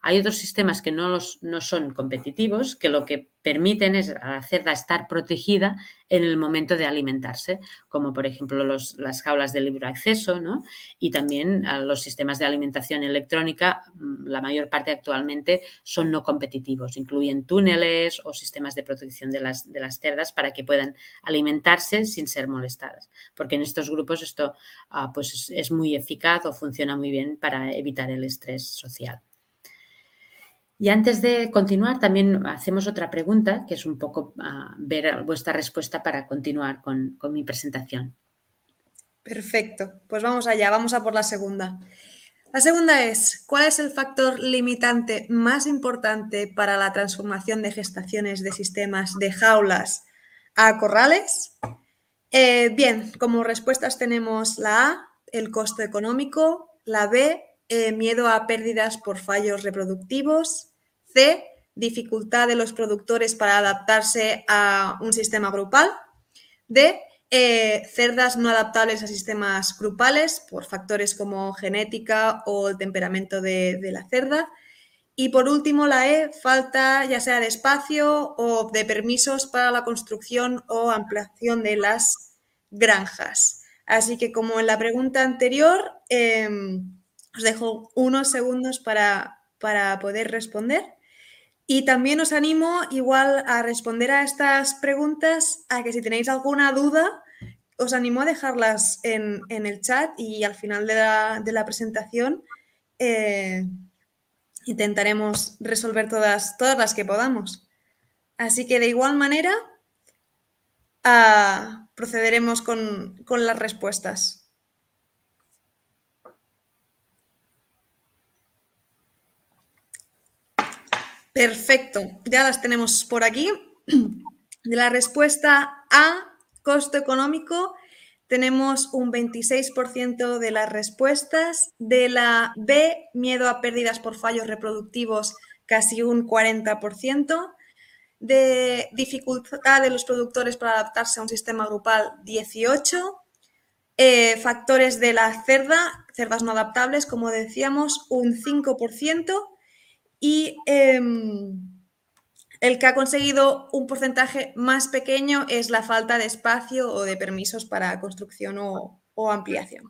Hay otros sistemas que no, los, no son competitivos, que lo que permiten es a la cerda estar protegida en el momento de alimentarse, como por ejemplo los, las jaulas de libre acceso, ¿no? Y también a los sistemas de alimentación electrónica, la mayor parte actualmente son no competitivos, incluyen túneles o sistemas de protección de las, de las cerdas para que puedan alimentarse sin ser molestadas, porque en estos grupos esto uh, pues es, es muy eficaz o funciona muy bien para evitar el estrés social. Y antes de continuar, también hacemos otra pregunta, que es un poco uh, ver vuestra respuesta para continuar con, con mi presentación. Perfecto, pues vamos allá, vamos a por la segunda. La segunda es, ¿cuál es el factor limitante más importante para la transformación de gestaciones de sistemas de jaulas a corrales? Eh, bien, como respuestas tenemos la A, el costo económico, la B, eh, miedo a pérdidas por fallos reproductivos, C, dificultad de los productores para adaptarse a un sistema grupal, D, eh, cerdas no adaptables a sistemas grupales por factores como genética o el temperamento de, de la cerda. Y por último, la E, falta ya sea de espacio o de permisos para la construcción o ampliación de las granjas. Así que como en la pregunta anterior, eh, os dejo unos segundos para, para poder responder. Y también os animo igual a responder a estas preguntas, a que si tenéis alguna duda, os animo a dejarlas en, en el chat y al final de la, de la presentación eh, intentaremos resolver todas, todas las que podamos. Así que de igual manera uh, procederemos con, con las respuestas. Perfecto, ya las tenemos por aquí. De la respuesta A, costo económico, tenemos un veintiséis por ciento de las respuestas. De la B, miedo a pérdidas por fallos reproductivos, casi un cuarenta por ciento. De dificultad de los productores para adaptarse a un sistema grupal, dieciocho por ciento. Eh, factores de la cerda, cerdas no adaptables, como decíamos, un cinco por ciento. Y eh, el que ha conseguido un porcentaje más pequeño es la falta de espacio o de permisos para construcción o, o ampliación.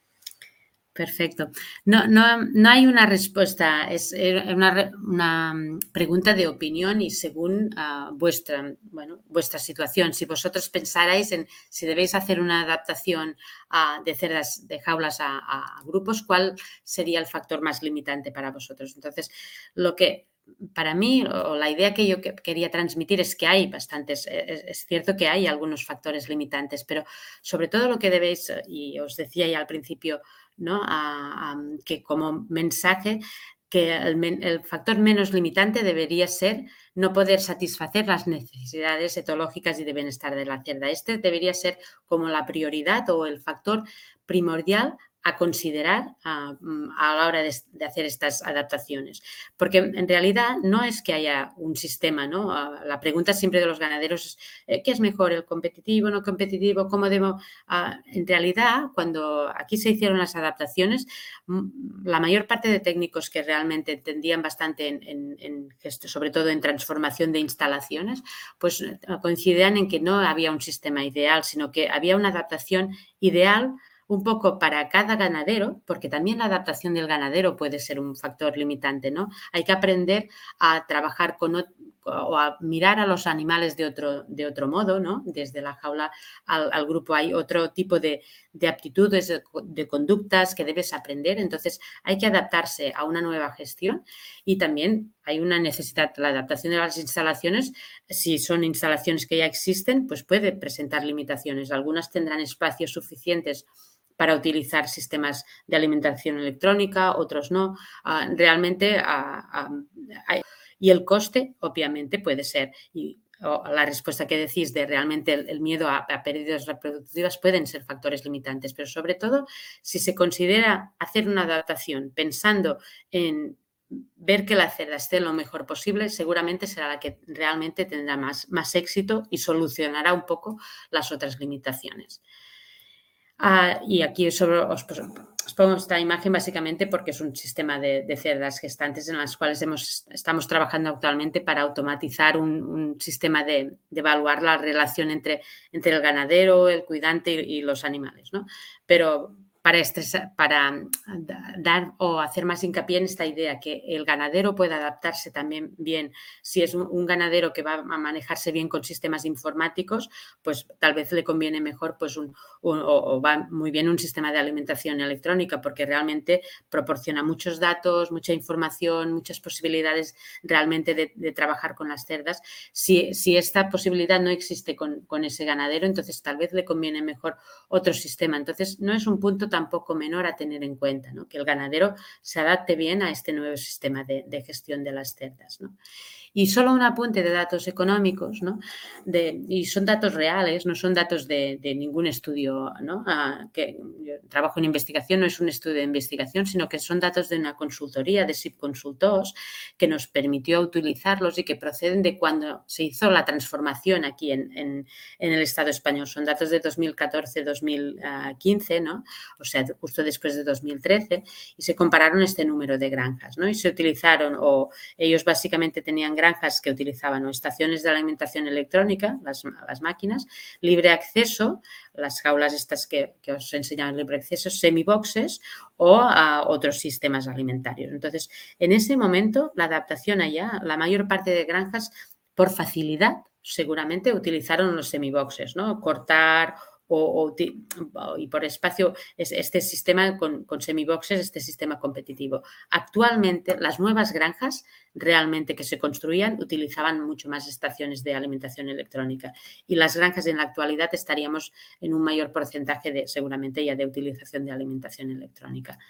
Perfecto. No, no, no hay una respuesta, es una, una pregunta de opinión y según uh, vuestra, bueno, vuestra situación. Si vosotros pensarais en si debéis hacer una adaptación uh, de cerdas de jaulas a, a grupos, ¿cuál sería el factor más limitante para vosotros? Entonces, lo que para mí, o la idea que yo quería transmitir es que hay bastantes, es, es cierto que hay algunos factores limitantes, pero sobre todo lo que debéis, y os decía ya al principio, ¿no? A, a, que como mensaje que el, el factor menos limitante debería ser no poder satisfacer las necesidades etológicas y de bienestar de la cerda. Este debería ser como la prioridad o el factor primordial a considerar a, a la hora de, de hacer estas adaptaciones. Porque en realidad no es que haya un sistema, ¿no? La pregunta siempre de los ganaderos es ¿qué es mejor, el competitivo, no competitivo? ¿Cómo debo...? En realidad, cuando aquí se hicieron las adaptaciones, la mayor parte de técnicos que realmente entendían bastante en, en, en gesto, sobre todo en transformación de instalaciones, pues coincidían en que no había un sistema ideal, sino que había una adaptación ideal un poco para cada ganadero, porque también la adaptación del ganadero puede ser un factor limitante, ¿no? Hay que aprender a trabajar con o a mirar a los animales de otro, de otro modo, ¿no? Desde la jaula al, al grupo hay otro tipo de, de aptitudes, de, de conductas que debes aprender, entonces hay que adaptarse a una nueva gestión y también hay una necesidad, la adaptación de las instalaciones, si son instalaciones que ya existen, pues puede presentar limitaciones, algunas tendrán espacios suficientes para utilizar sistemas de alimentación electrónica, otros no. Uh, realmente, uh, uh, hay, y el coste, obviamente, puede ser, y o la respuesta que decís de realmente el, el miedo a, a pérdidas reproductivas pueden ser factores limitantes, pero sobre todo, si se considera hacer una adaptación pensando en ver que la cerda esté lo mejor posible, seguramente será la que realmente tendrá más, más éxito y solucionará un poco las otras limitaciones. Uh, y aquí sobre, os, pues, os pongo esta imagen básicamente porque es un sistema de, de cerdas gestantes en las cuales hemos, estamos trabajando actualmente para automatizar un, un sistema de, de evaluar la relación entre, entre el ganadero, el cuidante y, y los animales, ¿no? Pero para, estresar, para dar o hacer más hincapié en esta idea que el ganadero puede adaptarse también bien. Si es un ganadero que va a manejarse bien con sistemas informáticos, pues tal vez le conviene mejor pues un, un, o va muy bien un sistema de alimentación electrónica porque realmente proporciona muchos datos, mucha información, muchas posibilidades realmente de, de trabajar con las cerdas. Si, si esta posibilidad no existe con, con ese ganadero, entonces tal vez le conviene mejor otro sistema. Entonces no es un punto tampoco menor a tener en cuenta, ¿no? Que el ganadero se adapte bien a este nuevo sistema de, de gestión de las cerdas, ¿no? Y solo un apunte de datos económicos, ¿no? De, y son datos reales, no son datos de, de ningún estudio, ¿no? Ah, que yo trabajo en investigación, no es un estudio de investigación, sino que son datos de una consultoría, de S I P Consultors, que nos permitió utilizarlos y que proceden de cuando se hizo la transformación aquí en, en, en el Estado español. Son datos de dos mil catorce dos mil quince, ¿no? O sea, justo después de dos mil trece, y se compararon este número de granjas, ¿no? Y se utilizaron, o ellos básicamente tenían granjas que utilizaban o estaciones de alimentación electrónica, las, las máquinas, libre acceso, las jaulas estas que, que os enseñaba libre acceso, semi-boxes o a otros sistemas alimentarios. Entonces, en ese momento, la adaptación allá, la mayor parte de granjas, por facilidad, seguramente utilizaron los semi-boxes, ¿no? Cortar O, o, y por espacio este sistema con, con semi-boxes, este sistema competitivo. Actualmente las nuevas granjas realmente que se construían utilizaban mucho más estaciones de alimentación electrónica y las granjas en la actualidad estaríamos en un mayor porcentaje de seguramente ya de utilización de alimentación electrónica.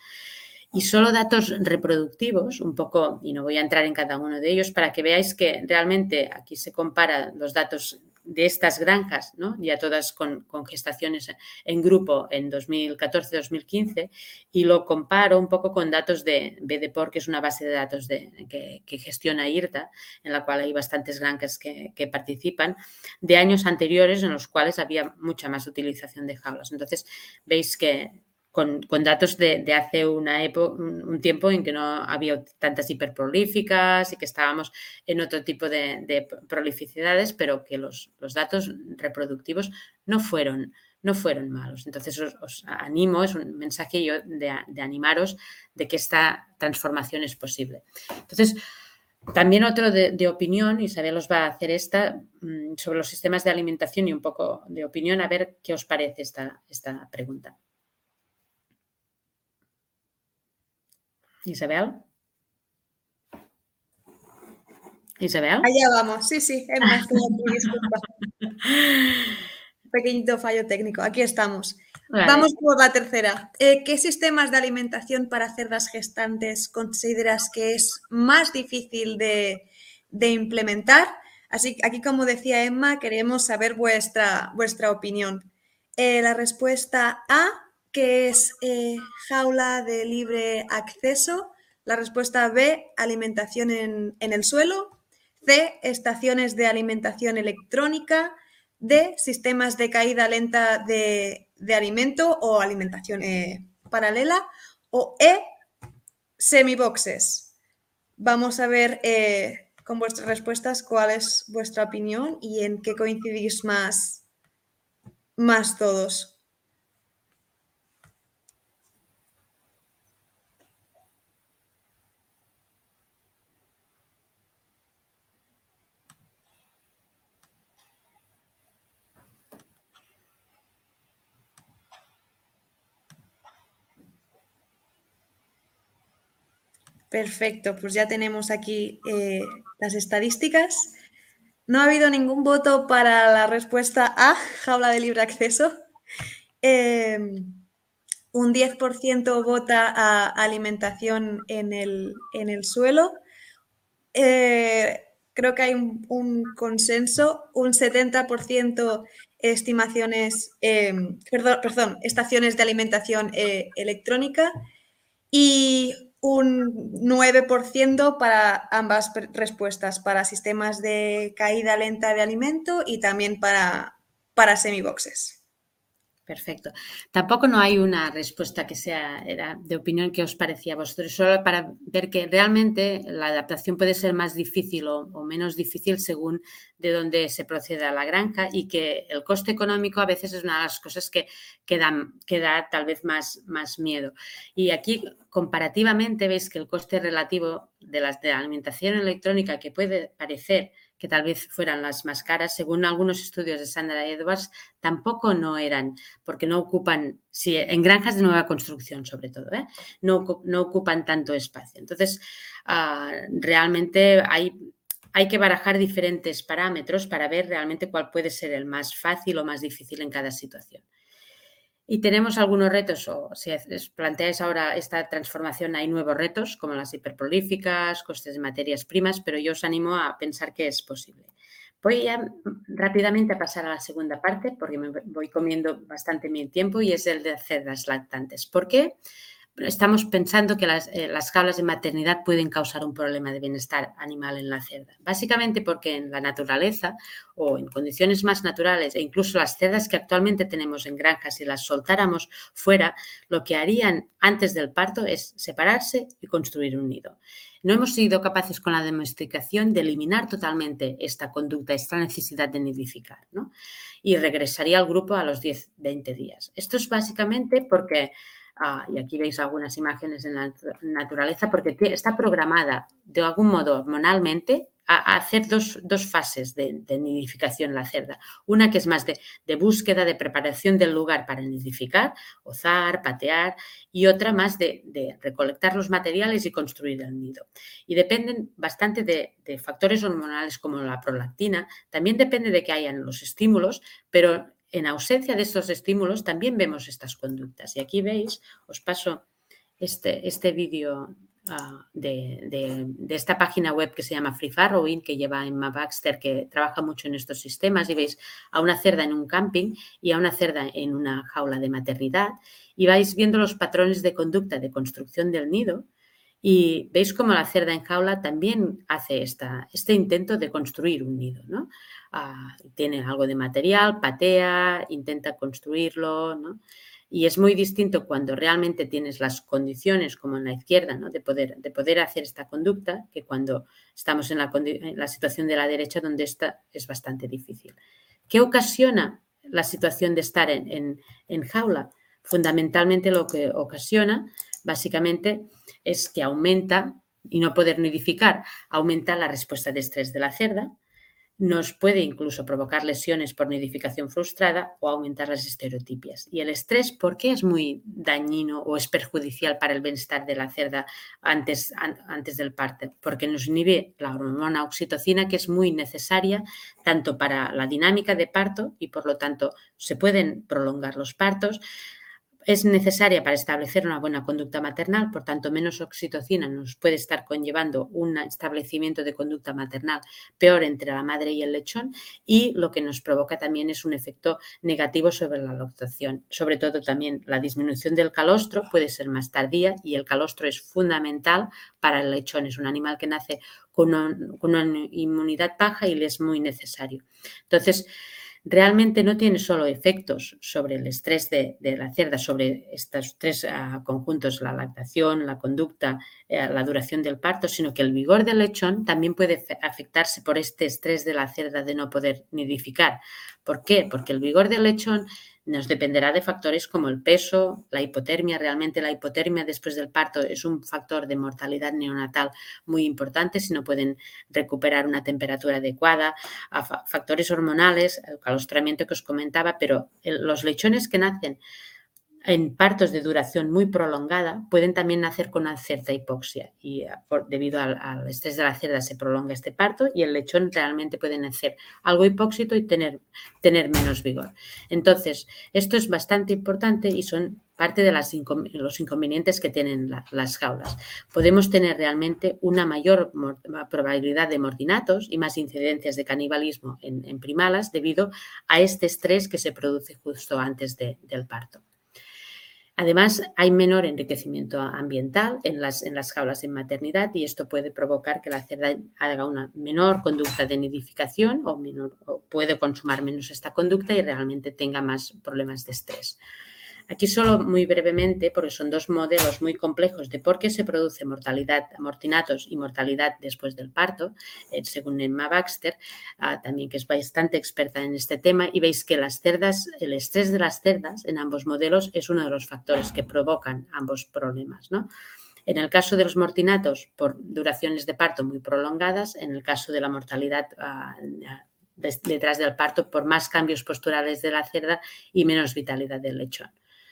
Y solo datos reproductivos, un poco, y no voy a entrar en cada uno de ellos, para que veáis que realmente aquí se comparan los datos de estas granjas, ¿no? Ya todas con, con gestaciones en grupo en dos mil catorce dos mil quince, y lo comparo un poco con datos de B D P O R, que es una base de datos de, que, que gestiona IRTA, en la cual hay bastantes granjas que, que participan, de años anteriores en los cuales había mucha más utilización de jaulas. Entonces, veis que Con, con datos de, de hace una época, un tiempo en que no había tantas hiperprolíficas y que estábamos en otro tipo de, de prolificidades, pero que los, los datos reproductivos no fueron, no fueron malos. Entonces os, os animo, es un mensaje yo de, de animaros de que esta transformación es posible. Entonces, también otro de, de opinión, Isabel os va a hacer esta, sobre los sistemas de alimentación y un poco de opinión, a ver qué os parece esta, esta pregunta. Isabel. Isabel. Allá vamos, sí, sí, Emma, estoy aquí, disculpa. Pequeñito fallo técnico, aquí estamos. Vale. Vamos por la tercera. Eh, ¿Qué sistemas de alimentación para cerdas gestantes consideras que es más difícil de, de implementar? Así que aquí, como decía Emma, queremos saber vuestra, vuestra opinión. Eh, la respuesta A, que es eh, jaula de libre acceso. La respuesta B, alimentación en, en el suelo. C, estaciones de alimentación electrónica. D, sistemas de caída lenta de, de alimento o alimentación eh, paralela. O E, semiboxes. Vamos a ver eh, con vuestras respuestas cuál es vuestra opinión y en qué coincidís más, más todos. Perfecto, pues ya tenemos aquí eh, las estadísticas. No ha habido ningún voto para la respuesta A, jaula de libre acceso. Eh, un diez por ciento vota a alimentación en el, en el suelo. Eh, creo que hay un, un consenso, un setenta por ciento estimaciones, eh, perdón, perdón, estaciones de alimentación eh, electrónica y un nueve por ciento para ambas respuestas, para sistemas de caída lenta de alimento y también para, para semiboxes. Perfecto. Tampoco no hay una respuesta que sea era de opinión que os parecía a vosotros, solo para ver que realmente la adaptación puede ser más difícil o, o menos difícil según de dónde se procede a la granja y que el coste económico a veces es una de las cosas que, que, dan, que da tal vez más, más miedo. Y aquí comparativamente veis que el coste relativo de la, de la alimentación electrónica, que puede parecer que tal vez fueran las más caras, según algunos estudios de Sandra Edwards, tampoco no eran, porque no ocupan, sí, en granjas de nueva construcción sobre todo, ¿eh? no, no ocupan tanto espacio. Entonces, uh, realmente hay, hay que barajar diferentes parámetros para ver realmente cuál puede ser el más fácil o más difícil en cada situación. Y tenemos algunos retos, o si os planteáis ahora esta transformación, hay nuevos retos como las hiperprolíficas, costes de materias primas, pero yo os animo a pensar que es posible. Voy ya rápidamente a pasar a la segunda parte porque me voy comiendo bastante mi tiempo y es el de cerdas lactantes. ¿Por qué? Estamos pensando que las, eh, las jaulas de maternidad pueden causar un problema de bienestar animal en la cerda. Básicamente porque en la naturaleza o en condiciones más naturales e incluso las cerdas que actualmente tenemos en granjas, si las soltáramos fuera, lo que harían antes del parto es separarse y construir un nido. No hemos sido capaces con la domesticación de eliminar totalmente esta conducta, esta necesidad de nidificar, ¿no? Y regresaría al grupo a los diez a veinte días. Esto es básicamente porque... Ah, y aquí veis algunas imágenes en la naturaleza, porque está programada de algún modo hormonalmente a, a hacer dos, dos fases de, de nidificación en la cerda. Una que es más de, de búsqueda, de preparación del lugar para nidificar, ozar, patear, y otra más de, de recolectar los materiales y construir el nido. Y dependen bastante de, de factores hormonales como la prolactina, también depende de que hayan los estímulos, pero en ausencia de estos estímulos también vemos estas conductas. Y aquí veis, os paso este, este vídeo uh, de, de, de esta página web que se llama Free Farrowing, que lleva Emma Baxter, que trabaja mucho en estos sistemas, y veis a una cerda en un camping y a una cerda en una jaula de maternidad, y vais viendo los patrones de conducta de construcción del nido. Y veis cómo la cerda en jaula también hace esta, este intento de construir un nido, ¿no? Uh, tiene algo de material, patea, intenta construirlo, ¿no? Y es muy distinto cuando realmente tienes las condiciones, como en la izquierda, ¿no? de, poder, de poder hacer esta conducta, que cuando estamos en la, en la situación de la derecha, donde esta es bastante difícil. ¿Qué ocasiona la situación de estar en, en, en jaula? Fundamentalmente lo que ocasiona, básicamente, es que aumenta, y no poder nidificar, aumenta la respuesta de estrés de la cerda, nos puede incluso provocar lesiones por nidificación frustrada o aumentar las estereotipias. Y el estrés, ¿por qué es muy dañino o es perjudicial para el bienestar de la cerda antes, an, antes del parto? Porque nos inhibe la hormona oxitocina, que es muy necesaria tanto para la dinámica de parto y, por lo tanto, se pueden prolongar los partos. Es necesaria para establecer una buena conducta maternal, por tanto, menos oxitocina nos puede estar conllevando un establecimiento de conducta maternal peor entre la madre y el lechón, y lo que nos provoca también es un efecto negativo sobre la lactación. Sobre todo también la disminución del calostro puede ser más tardía y el calostro es fundamental para el lechón. Es un animal que nace con una, con una inmunidad baja y le es muy necesario. Entonces, realmente no tiene solo efectos sobre el estrés de, de la cerda, sobre estos tres uh, conjuntos, la lactación, la conducta, eh, la duración del parto, sino que el vigor del lechón también puede afectarse por este estrés de la cerda de no poder nidificar. ¿Por qué? Porque el vigor del lechón nos dependerá de factores como el peso, la hipotermia. Realmente la hipotermia después del parto es un factor de mortalidad neonatal muy importante si no pueden recuperar una temperatura adecuada, a factores hormonales, el calostramiento que os comentaba, pero el, los lechones que nacen en partos de duración muy prolongada pueden también nacer con una cierta hipoxia y por, debido al, al estrés de la cerda se prolonga este parto y el lechón realmente puede nacer algo hipóxito y tener, tener menos vigor. Entonces, esto es bastante importante y son parte de las incon- los inconvenientes que tienen la, las jaulas. Podemos tener realmente una mayor probabilidad de mordinatos y más incidencias de canibalismo en, en primalas debido a este estrés que se produce justo antes de, del parto. Además, hay menor enriquecimiento ambiental en las, en las jaulas en maternidad y esto puede provocar que la cerda haga una menor conducta de nidificación o, menor, o puede consumar menos esta conducta y realmente tenga más problemas de estrés. Aquí solo muy brevemente, porque son dos modelos muy complejos de por qué se produce mortalidad, mortinatos y mortalidad después del parto, eh, según Emma Baxter, uh, también que es bastante experta en este tema, y veis que las cerdas, el estrés de las cerdas en ambos modelos es uno de los factores que provocan ambos problemas, ¿no? En el caso de los mortinatos, por duraciones de parto muy prolongadas, en el caso de la mortalidad uh, detrás del parto, por más cambios posturales de la cerda y menos vitalidad del lechón.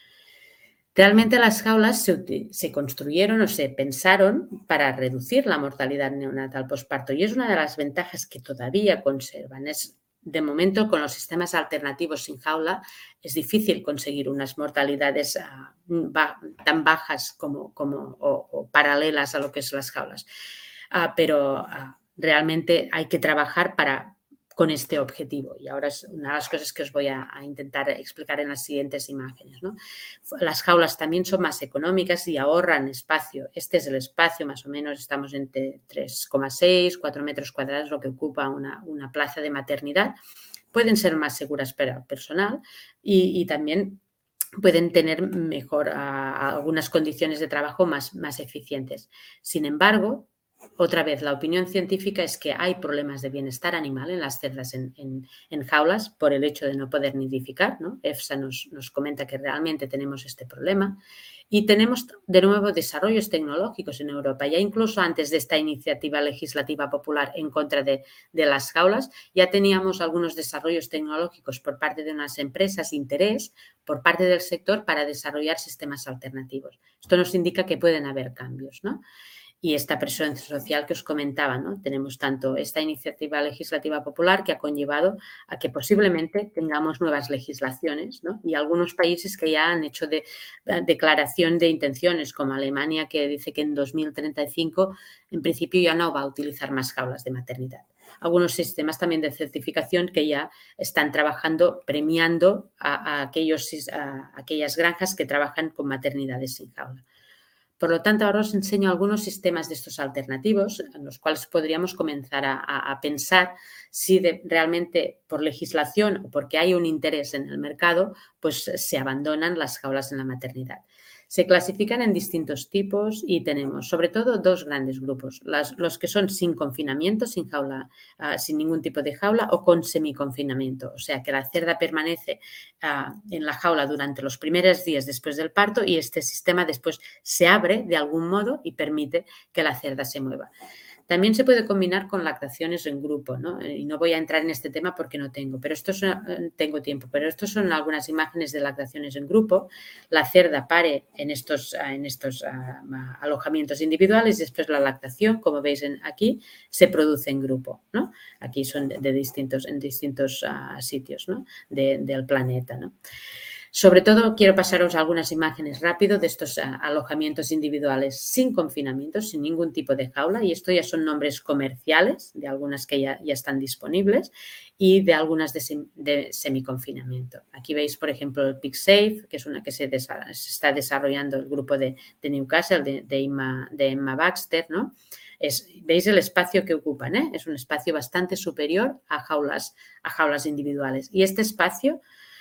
Realmente las jaulas se, se construyeron o se pensaron para reducir la mortalidad neonatal posparto y es una de las ventajas que todavía conservan. Es, de momento, con los sistemas alternativos sin jaula, es difícil conseguir unas mortalidades uh, ba tan bajas como, como, o, o paralelas a lo que son las jaulas. Uh, pero uh, realmente hay que trabajar para con este objetivo. Y ahora es una de las cosas que os voy a, a intentar explicar en las siguientes imágenes, ¿no? Las jaulas también son más económicas y ahorran espacio. Este es el espacio, más o menos, estamos entre tres coma seis, cuatro metros cuadrados, lo que ocupa una, una plaza de maternidad. Pueden ser más seguras para el personal y, y también pueden tener mejor a, a algunas condiciones de trabajo más, más eficientes. Sin embargo, otra vez, la opinión científica es que hay problemas de bienestar animal en las cerdas en, en, en jaulas por el hecho de no poder nidificar, ¿no? EFSA nos, nos comenta que realmente tenemos este problema y tenemos de nuevo desarrollos tecnológicos en Europa. Ya incluso antes de esta iniciativa legislativa popular en contra de, de las jaulas, ya teníamos algunos desarrollos tecnológicos por parte de unas empresas, interés por parte del sector para desarrollar sistemas alternativos. Esto nos indica que pueden haber cambios, ¿no? Y esta presión social que os comentaba, ¿no? Tenemos tanto esta iniciativa legislativa popular que ha conllevado a que posiblemente tengamos nuevas legislaciones, ¿no? Y algunos países que ya han hecho de, de declaración de intenciones, como Alemania, que dice que en dos mil treinta y cinco en principio ya no va a utilizar más jaulas de maternidad. Algunos sistemas también de certificación que ya están trabajando, premiando a, a, aquellos, a aquellas granjas que trabajan con maternidades sin jaula. Por lo tanto, ahora os enseño algunos sistemas de estos alternativos en los cuales podríamos comenzar a, a, a pensar si de, realmente por legislación o porque hay un interés en el mercado, pues se abandonan las jaulas en la maternidad. Se clasifican en distintos tipos y tenemos sobre todo dos grandes grupos, las, los que son sin confinamiento, sin jaula, uh, sin ningún tipo de jaula o con semiconfinamiento, o sea que la cerda permanece uh, en la jaula durante los primeros días después del parto y este sistema después se abre de algún modo y permite que la cerda se mueva. También se puede combinar con lactaciones en grupo, ¿no? Y no voy a entrar en este tema porque no tengo, pero estos son, tengo tiempo, pero estos son algunas imágenes de lactaciones en grupo. La cerda pare en estos, en estos uh, alojamientos individuales y después la lactación, como veis en, aquí, se produce en grupo, ¿no? Aquí son de, de distintos, en distintos uh, sitios, ¿no? de, del planeta, ¿no? Sobre todo, quiero pasaros algunas imágenes rápido de estos uh, alojamientos individuales sin confinamiento, sin ningún tipo de jaula, y esto ya son nombres comerciales de algunas que ya, ya están disponibles y de algunas de, sem de semiconfinamiento. Aquí veis, por ejemplo, el PigSafe, que es una que se, se está desarrollando el grupo de, de Newcastle, de, de, Emma, de Emma Baxter, ¿no? Es, veis el espacio que ocupan, ¿eh? Es un espacio bastante superior a jaulas, a jaulas individuales. Y este espacio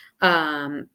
um,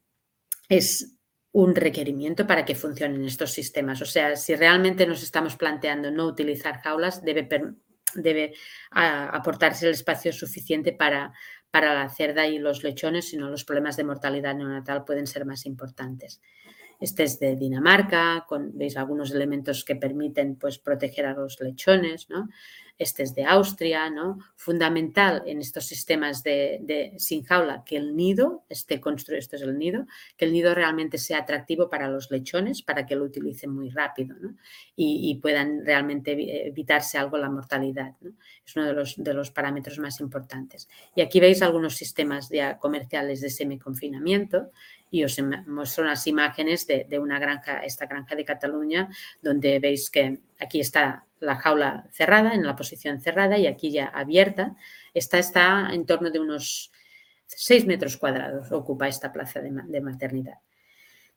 es un requerimiento para que funcionen estos sistemas. O sea, si realmente nos estamos planteando no utilizar jaulas, debe, debe a, aportarse el espacio suficiente para, para la cerda y los lechones, si no los problemas de mortalidad neonatal pueden ser más importantes. Este es de Dinamarca, con, veis algunos elementos que permiten pues, proteger a los lechones, ¿no? Este es de Austria, ¿no? Fundamental en estos sistemas de, de sin jaula que el nido esté construido, esto es el nido, que el nido realmente sea atractivo para los lechones, para que lo utilicen muy rápido, ¿no? y, y puedan realmente evitarse algo la mortalidad, ¿no? Es uno de los, de los parámetros más importantes. Y aquí veis algunos sistemas ya comerciales de semiconfinamiento y os muestro unas imágenes de, de una granja, esta granja de Cataluña, donde veis que aquí está la jaula cerrada, en la posición cerrada y aquí ya abierta. Esta está en torno de unos seis metros cuadrados, ocupa esta plaza de, de maternidad.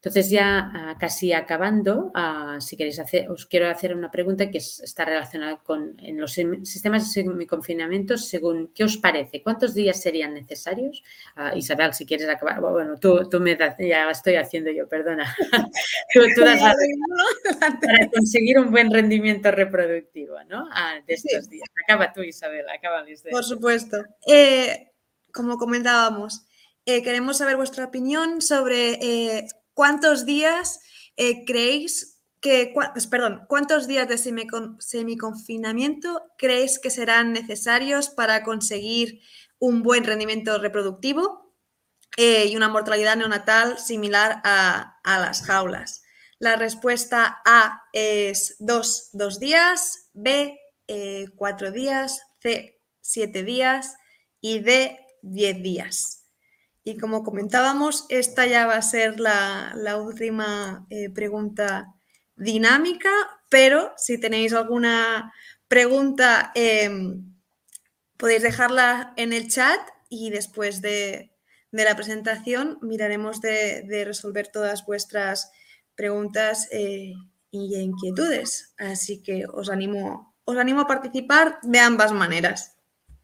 Entonces, ya uh, casi acabando, uh, si queréis hacer, os quiero hacer una pregunta que es, está relacionada con en los sistemas de semiconfinamiento, según qué os parece, ¿cuántos días serían necesarios? Uh, Isabel, si quieres acabar, bueno, tú, tú me das, ya estoy haciendo yo, perdona. tú, tú das la, para conseguir un buen rendimiento reproductivo, ¿no? Uh, de estos sí. días. Acaba tú, Isabel, acaba. De... Por supuesto. Eh, como comentábamos, eh, queremos saber vuestra opinión sobre eh, cuántos días eh, creéis que, cu pues, perdón, cuántos días de semicon semiconfinamiento creéis que serán necesarios para conseguir un buen rendimiento reproductivo eh, y una mortalidad neonatal similar a, a las jaulas. La respuesta A es dos, dos días, B, eh, cuatro días, C, siete días y D, diez días. Y como comentábamos, esta ya va a ser la, la última eh, pregunta dinámica, pero si tenéis alguna pregunta, eh, podéis dejarla en el chat y después de, de la presentación miraremos de, de resolver todas vuestras preguntas eh, y inquietudes. Así que os animo, os animo a participar de ambas maneras.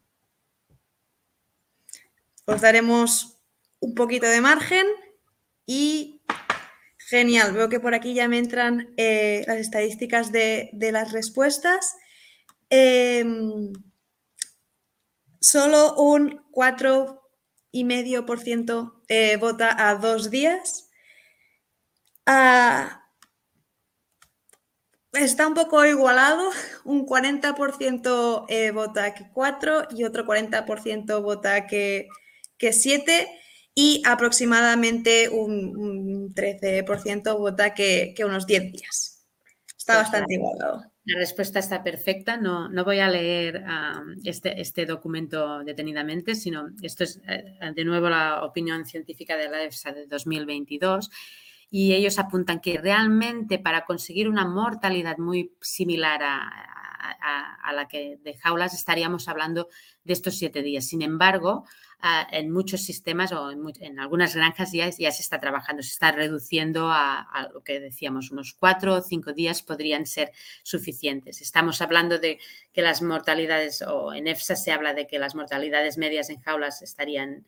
Os daremos un poquito de margen y genial, veo que por aquí ya me entran eh, las estadísticas de, de las respuestas. Eh, solo un cuatro coma cinco por ciento eh, vota a dos días. Ah, está un poco igualado, un cuarenta por ciento eh, vota que cuatro y otro cuarenta por ciento vota que, que siete y aproximadamente un, un trece por ciento vota que, que unos diez días. Está pues bastante claro. igualado. La respuesta está perfecta. No, no voy a leer uh, este, este documento detenidamente, sino esto es uh, de nuevo la opinión científica de la EFSA de dos mil veintidós. Y ellos apuntan que realmente para conseguir una mortalidad muy similar a, a, a la que de jaulas estaríamos hablando de estos siete días. Sin embargo, uh, en muchos sistemas o en, en algunas granjas ya, ya se está trabajando, se está reduciendo a, a lo que decíamos, unos cuatro o cinco días podrían ser suficientes. Estamos hablando de que las mortalidades, o en EFSA se habla de que las mortalidades medias en jaulas estarían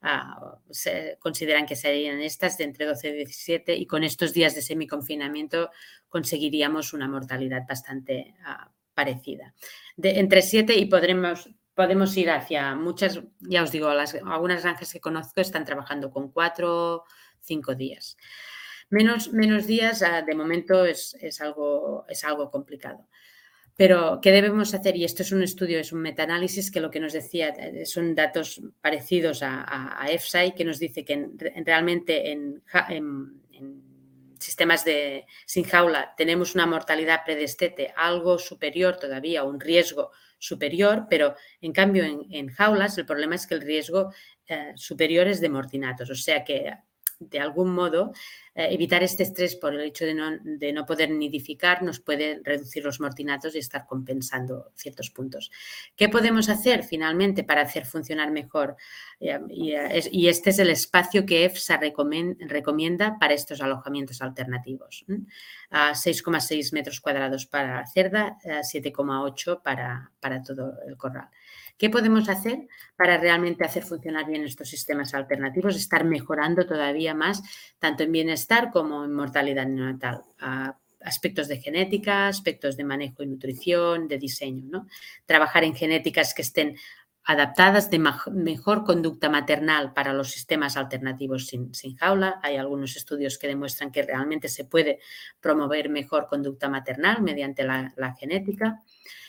Uh, se consideran que serían estas de entre doce y diecisiete y con estos días de semiconfinamiento conseguiríamos una mortalidad bastante uh, parecida. De, entre siete y podremos, podemos ir hacia muchas, ya os digo, las, algunas granjas que conozco están trabajando con cuatro, cinco días. Menos, menos días uh, de momento es, es, algo, es algo complicado. Pero, ¿qué debemos hacer? Y esto es un estudio, es un metaanálisis que lo que nos decía son datos parecidos a, a, a EFSA y que nos dice que en, realmente en, en, en sistemas de, sin jaula tenemos una mortalidad predestete algo superior todavía, un riesgo superior, pero en cambio en, en jaulas el problema es que el riesgo eh, superior es de mortinatos, o sea que de algún modo eh, evitar este estrés por el hecho de no, de no poder nidificar nos puede reducir los mortinatos y estar compensando ciertos puntos. ¿Qué podemos hacer finalmente para hacer funcionar mejor? Eh, y, eh, y este es el espacio que EFSA recomienda para estos alojamientos alternativos. ¿eh? A seis coma seis metros cuadrados para la cerda, a siete coma ocho para, para todo el corral. ¿Qué podemos hacer para realmente hacer funcionar bien estos sistemas alternativos? Estar mejorando todavía más, tanto en bienestar como en mortalidad neonatal. Uh, aspectos de genética, aspectos de manejo y nutrición, de diseño, ¿no? Trabajar en genéticas que estén adaptadas de mejor conducta maternal para los sistemas alternativos sin, sin jaula. Hay algunos estudios que demuestran que realmente se puede promover mejor conducta maternal mediante la, la genética.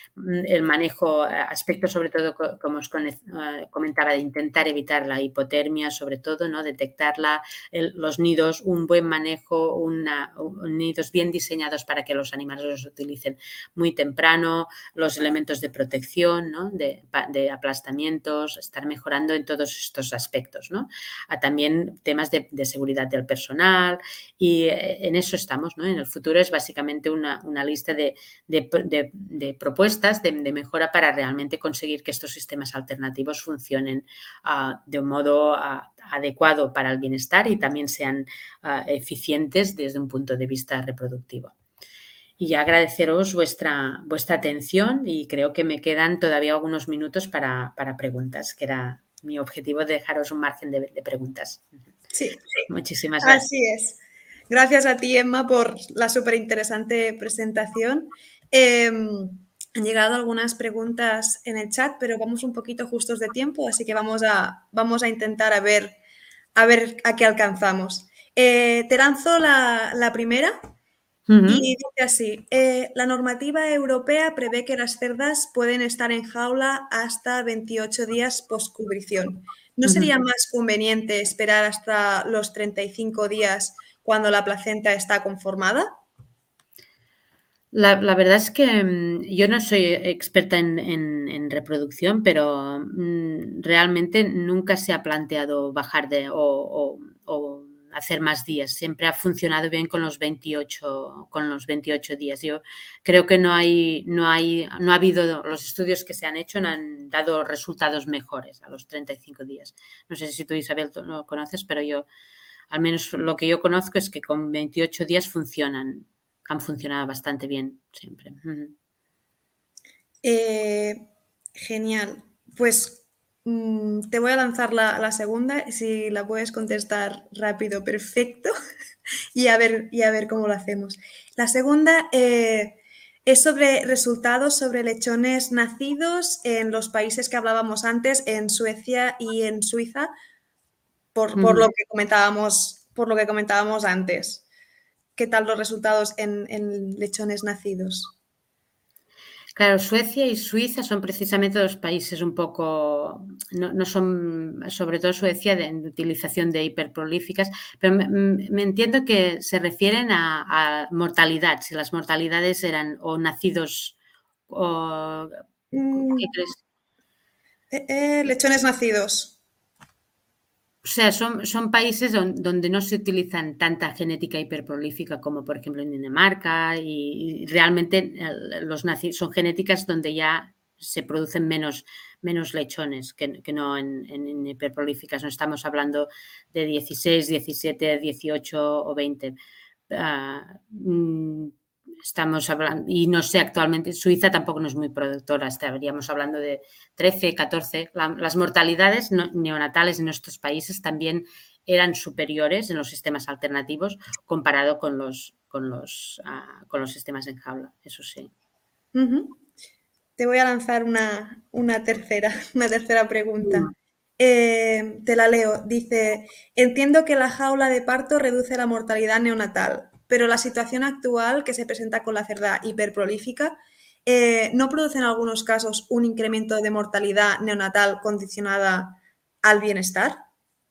El manejo, aspectos sobre todo, como os comentaba, de intentar evitar la hipotermia, sobre todo, ¿no? Detectarla, el, los nidos, un buen manejo, una, un, nidos bien diseñados para que los animales los utilicen muy temprano, los elementos de protección, ¿no? de, de aplastamientos, estar mejorando en todos estos aspectos, ¿no? A también temas de, de seguridad del personal y en eso estamos, ¿no? En el futuro es básicamente una, una lista de, de, de, de propuestas propuestas de, de mejora para realmente conseguir que estos sistemas alternativos funcionen uh, de un modo uh, adecuado para el bienestar y también sean uh, eficientes desde un punto de vista reproductivo. Y agradeceros vuestra, vuestra atención y creo que me quedan todavía algunos minutos para, para preguntas, que era mi objetivo de dejaros un margen de, de preguntas. Sí, sí, muchísimas gracias. Así es. Gracias a ti, Emma, por la súper interesante presentación. Eh, han llegado algunas preguntas en el chat, pero vamos un poquito justos de tiempo, así que vamos a, vamos a intentar a ver, a ver a qué alcanzamos. Eh, te lanzo la, la primera. Uh-huh. Y dice así, eh, la normativa europea prevé que las cerdas pueden estar en jaula hasta veintiocho días post-cubrición. ¿No sería uh-huh. más conveniente esperar hasta los treinta y cinco días cuando la placenta está conformada? La, la verdad es que mmm, yo no soy experta en, en, en reproducción, pero mmm, realmente nunca se ha planteado bajar de o, o, o hacer más días. Siempre ha funcionado bien con los veintiocho, con los veintiocho días. Yo creo que no hay, no hay, no ha habido, los estudios que se han hecho no han dado resultados mejores a los treinta y cinco días. No sé si tú, Isabel, lo conoces, pero yo, al menos lo que yo conozco es que con veintiocho días funcionan, han funcionado bastante bien siempre. Uh-huh. Eh, genial. Pues te voy a lanzar la, la segunda, si la puedes contestar rápido, perfecto, y, a ver, y a ver cómo lo hacemos. La segunda eh, es sobre resultados sobre lechones nacidos en los países que hablábamos antes, en Suecia y en Suiza, por, uh-huh. por, lo, que comentábamos, por lo que comentábamos antes. ¿Qué tal los resultados en, en lechones nacidos? Claro, Suecia y Suiza son precisamente dos países un poco, no, no son, sobre todo Suecia, de, de utilización de hiperprolíficas, pero me, me entiendo que se refieren a, a mortalidad, si las mortalidades eran o nacidos o... Mm, ¿qué crees? Eh, eh, lechones nacidos. O sea, son, son países don, donde no se utilizan tanta genética hiperprolífica como, por ejemplo, en Dinamarca y, y realmente los nacidos son genéticas donde ya se producen menos, menos lechones que, que no en, en, en hiperprolíficas. No estamos hablando de dieciséis, diecisiete, dieciocho o veinte. Uh, Estamos hablando, y no sé, actualmente Suiza tampoco no es muy productora, estaríamos hablando de trece, catorce. La, las mortalidades no, neonatales en nuestros países también eran superiores en los sistemas alternativos comparado con los, con los, uh, con los sistemas en jaula, eso sí. Uh-huh. Te voy a lanzar una, una, tercera, una tercera pregunta. Uh-huh. Eh, te la leo. Dice, entiendo que la jaula de parto reduce la mortalidad neonatal, pero la situación actual que se presenta con la cerda hiperprolífica eh, ¿no produce en algunos casos un incremento de mortalidad neonatal condicionada al bienestar?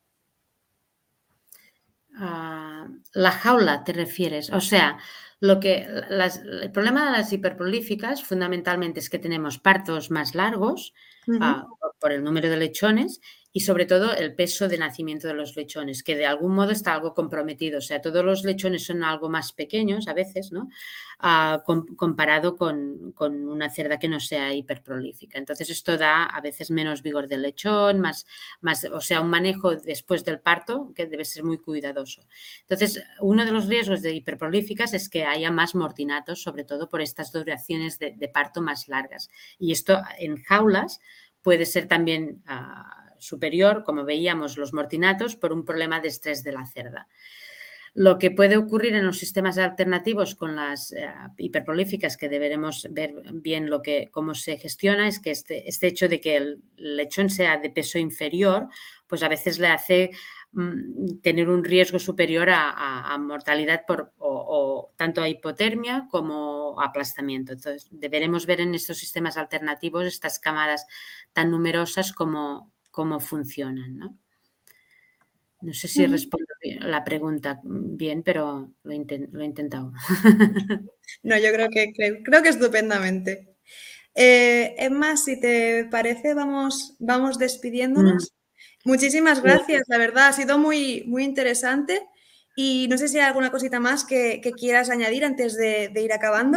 Uh, la jaula, ¿te refieres? O sea, lo que las, el problema de las hiperprolíficas fundamentalmente es que tenemos partos más largos uh-huh. uh, por el número de lechones y sobre todo el peso de nacimiento de los lechones, que de algún modo está algo comprometido. O sea, todos los lechones son algo más pequeños a veces, ¿no? Uh, com- comparado con, con una cerda que no sea hiperprolífica. Entonces esto da a veces menos vigor del lechón, más, más, o sea, un manejo después del parto que debe ser muy cuidadoso. Entonces, uno de los riesgos de hiperprolíficas es que haya más mortinatos, sobre todo por estas duraciones de, de parto más largas. Y esto en jaulas puede ser también uh, superior, como veíamos, los mortinatos por un problema de estrés de la cerda. Lo que puede ocurrir en los sistemas alternativos con las eh, hiperprolíficas, que deberemos ver bien lo que, cómo se gestiona, es que este, este hecho de que el lechón sea de peso inferior, pues a veces le hace mmm, tener un riesgo superior a, a, a mortalidad por o, o tanto a hipotermia como a aplastamiento. Entonces, deberemos ver en estos sistemas alternativos estas camadas tan numerosas como, cómo funcionan, ¿no? No sé si respondo la pregunta bien, pero lo, intent, lo he intentado. No, yo creo que, creo, creo que estupendamente. Eh, Emma, si te parece, vamos, vamos despidiéndonos. Mm. Muchísimas gracias, la verdad, ha sido muy, muy interesante. Y no sé si hay alguna cosita más que, que quieras añadir antes de, de ir acabando.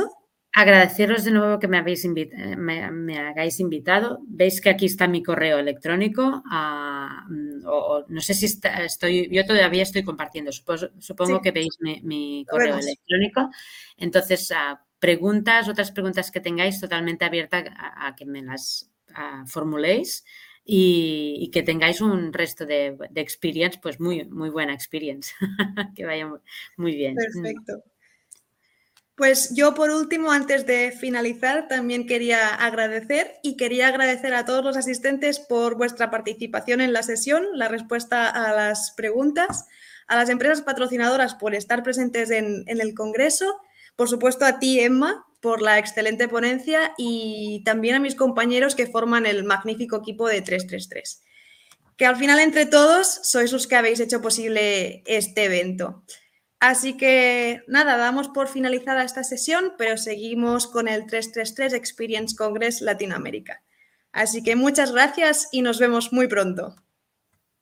Agradeceros de nuevo que me, habéis invit eh, me, me hagáis invitado. Veis que aquí está mi correo electrónico. ah, mm, o, o no sé si está- estoy, yo todavía estoy compartiendo. Supongo, supongo Sí, que veis mi, mi lo correo vemos. electrónico. Entonces, ah, preguntas, otras preguntas que tengáis, totalmente abierta a, a que me las ah, formuléis y, y que tengáis un resto de, de experience, pues muy, muy buena experience. Que vaya muy, muy bien. Perfecto. Pues yo, por último, antes de finalizar, también quería agradecer y quería agradecer a todos los asistentes por vuestra participación en la sesión, la respuesta a las preguntas, a las empresas patrocinadoras por estar presentes en, en el Congreso, por supuesto a ti, Emma, por la excelente ponencia y también a mis compañeros que forman el magnífico equipo de trescientos treinta y tres, que al final entre todos sois los que habéis hecho posible este evento. Así que nada, damos por finalizada esta sesión, pero seguimos con el trescientos treinta y tres Experience Congress Latinoamérica. Así que muchas gracias y nos vemos muy pronto.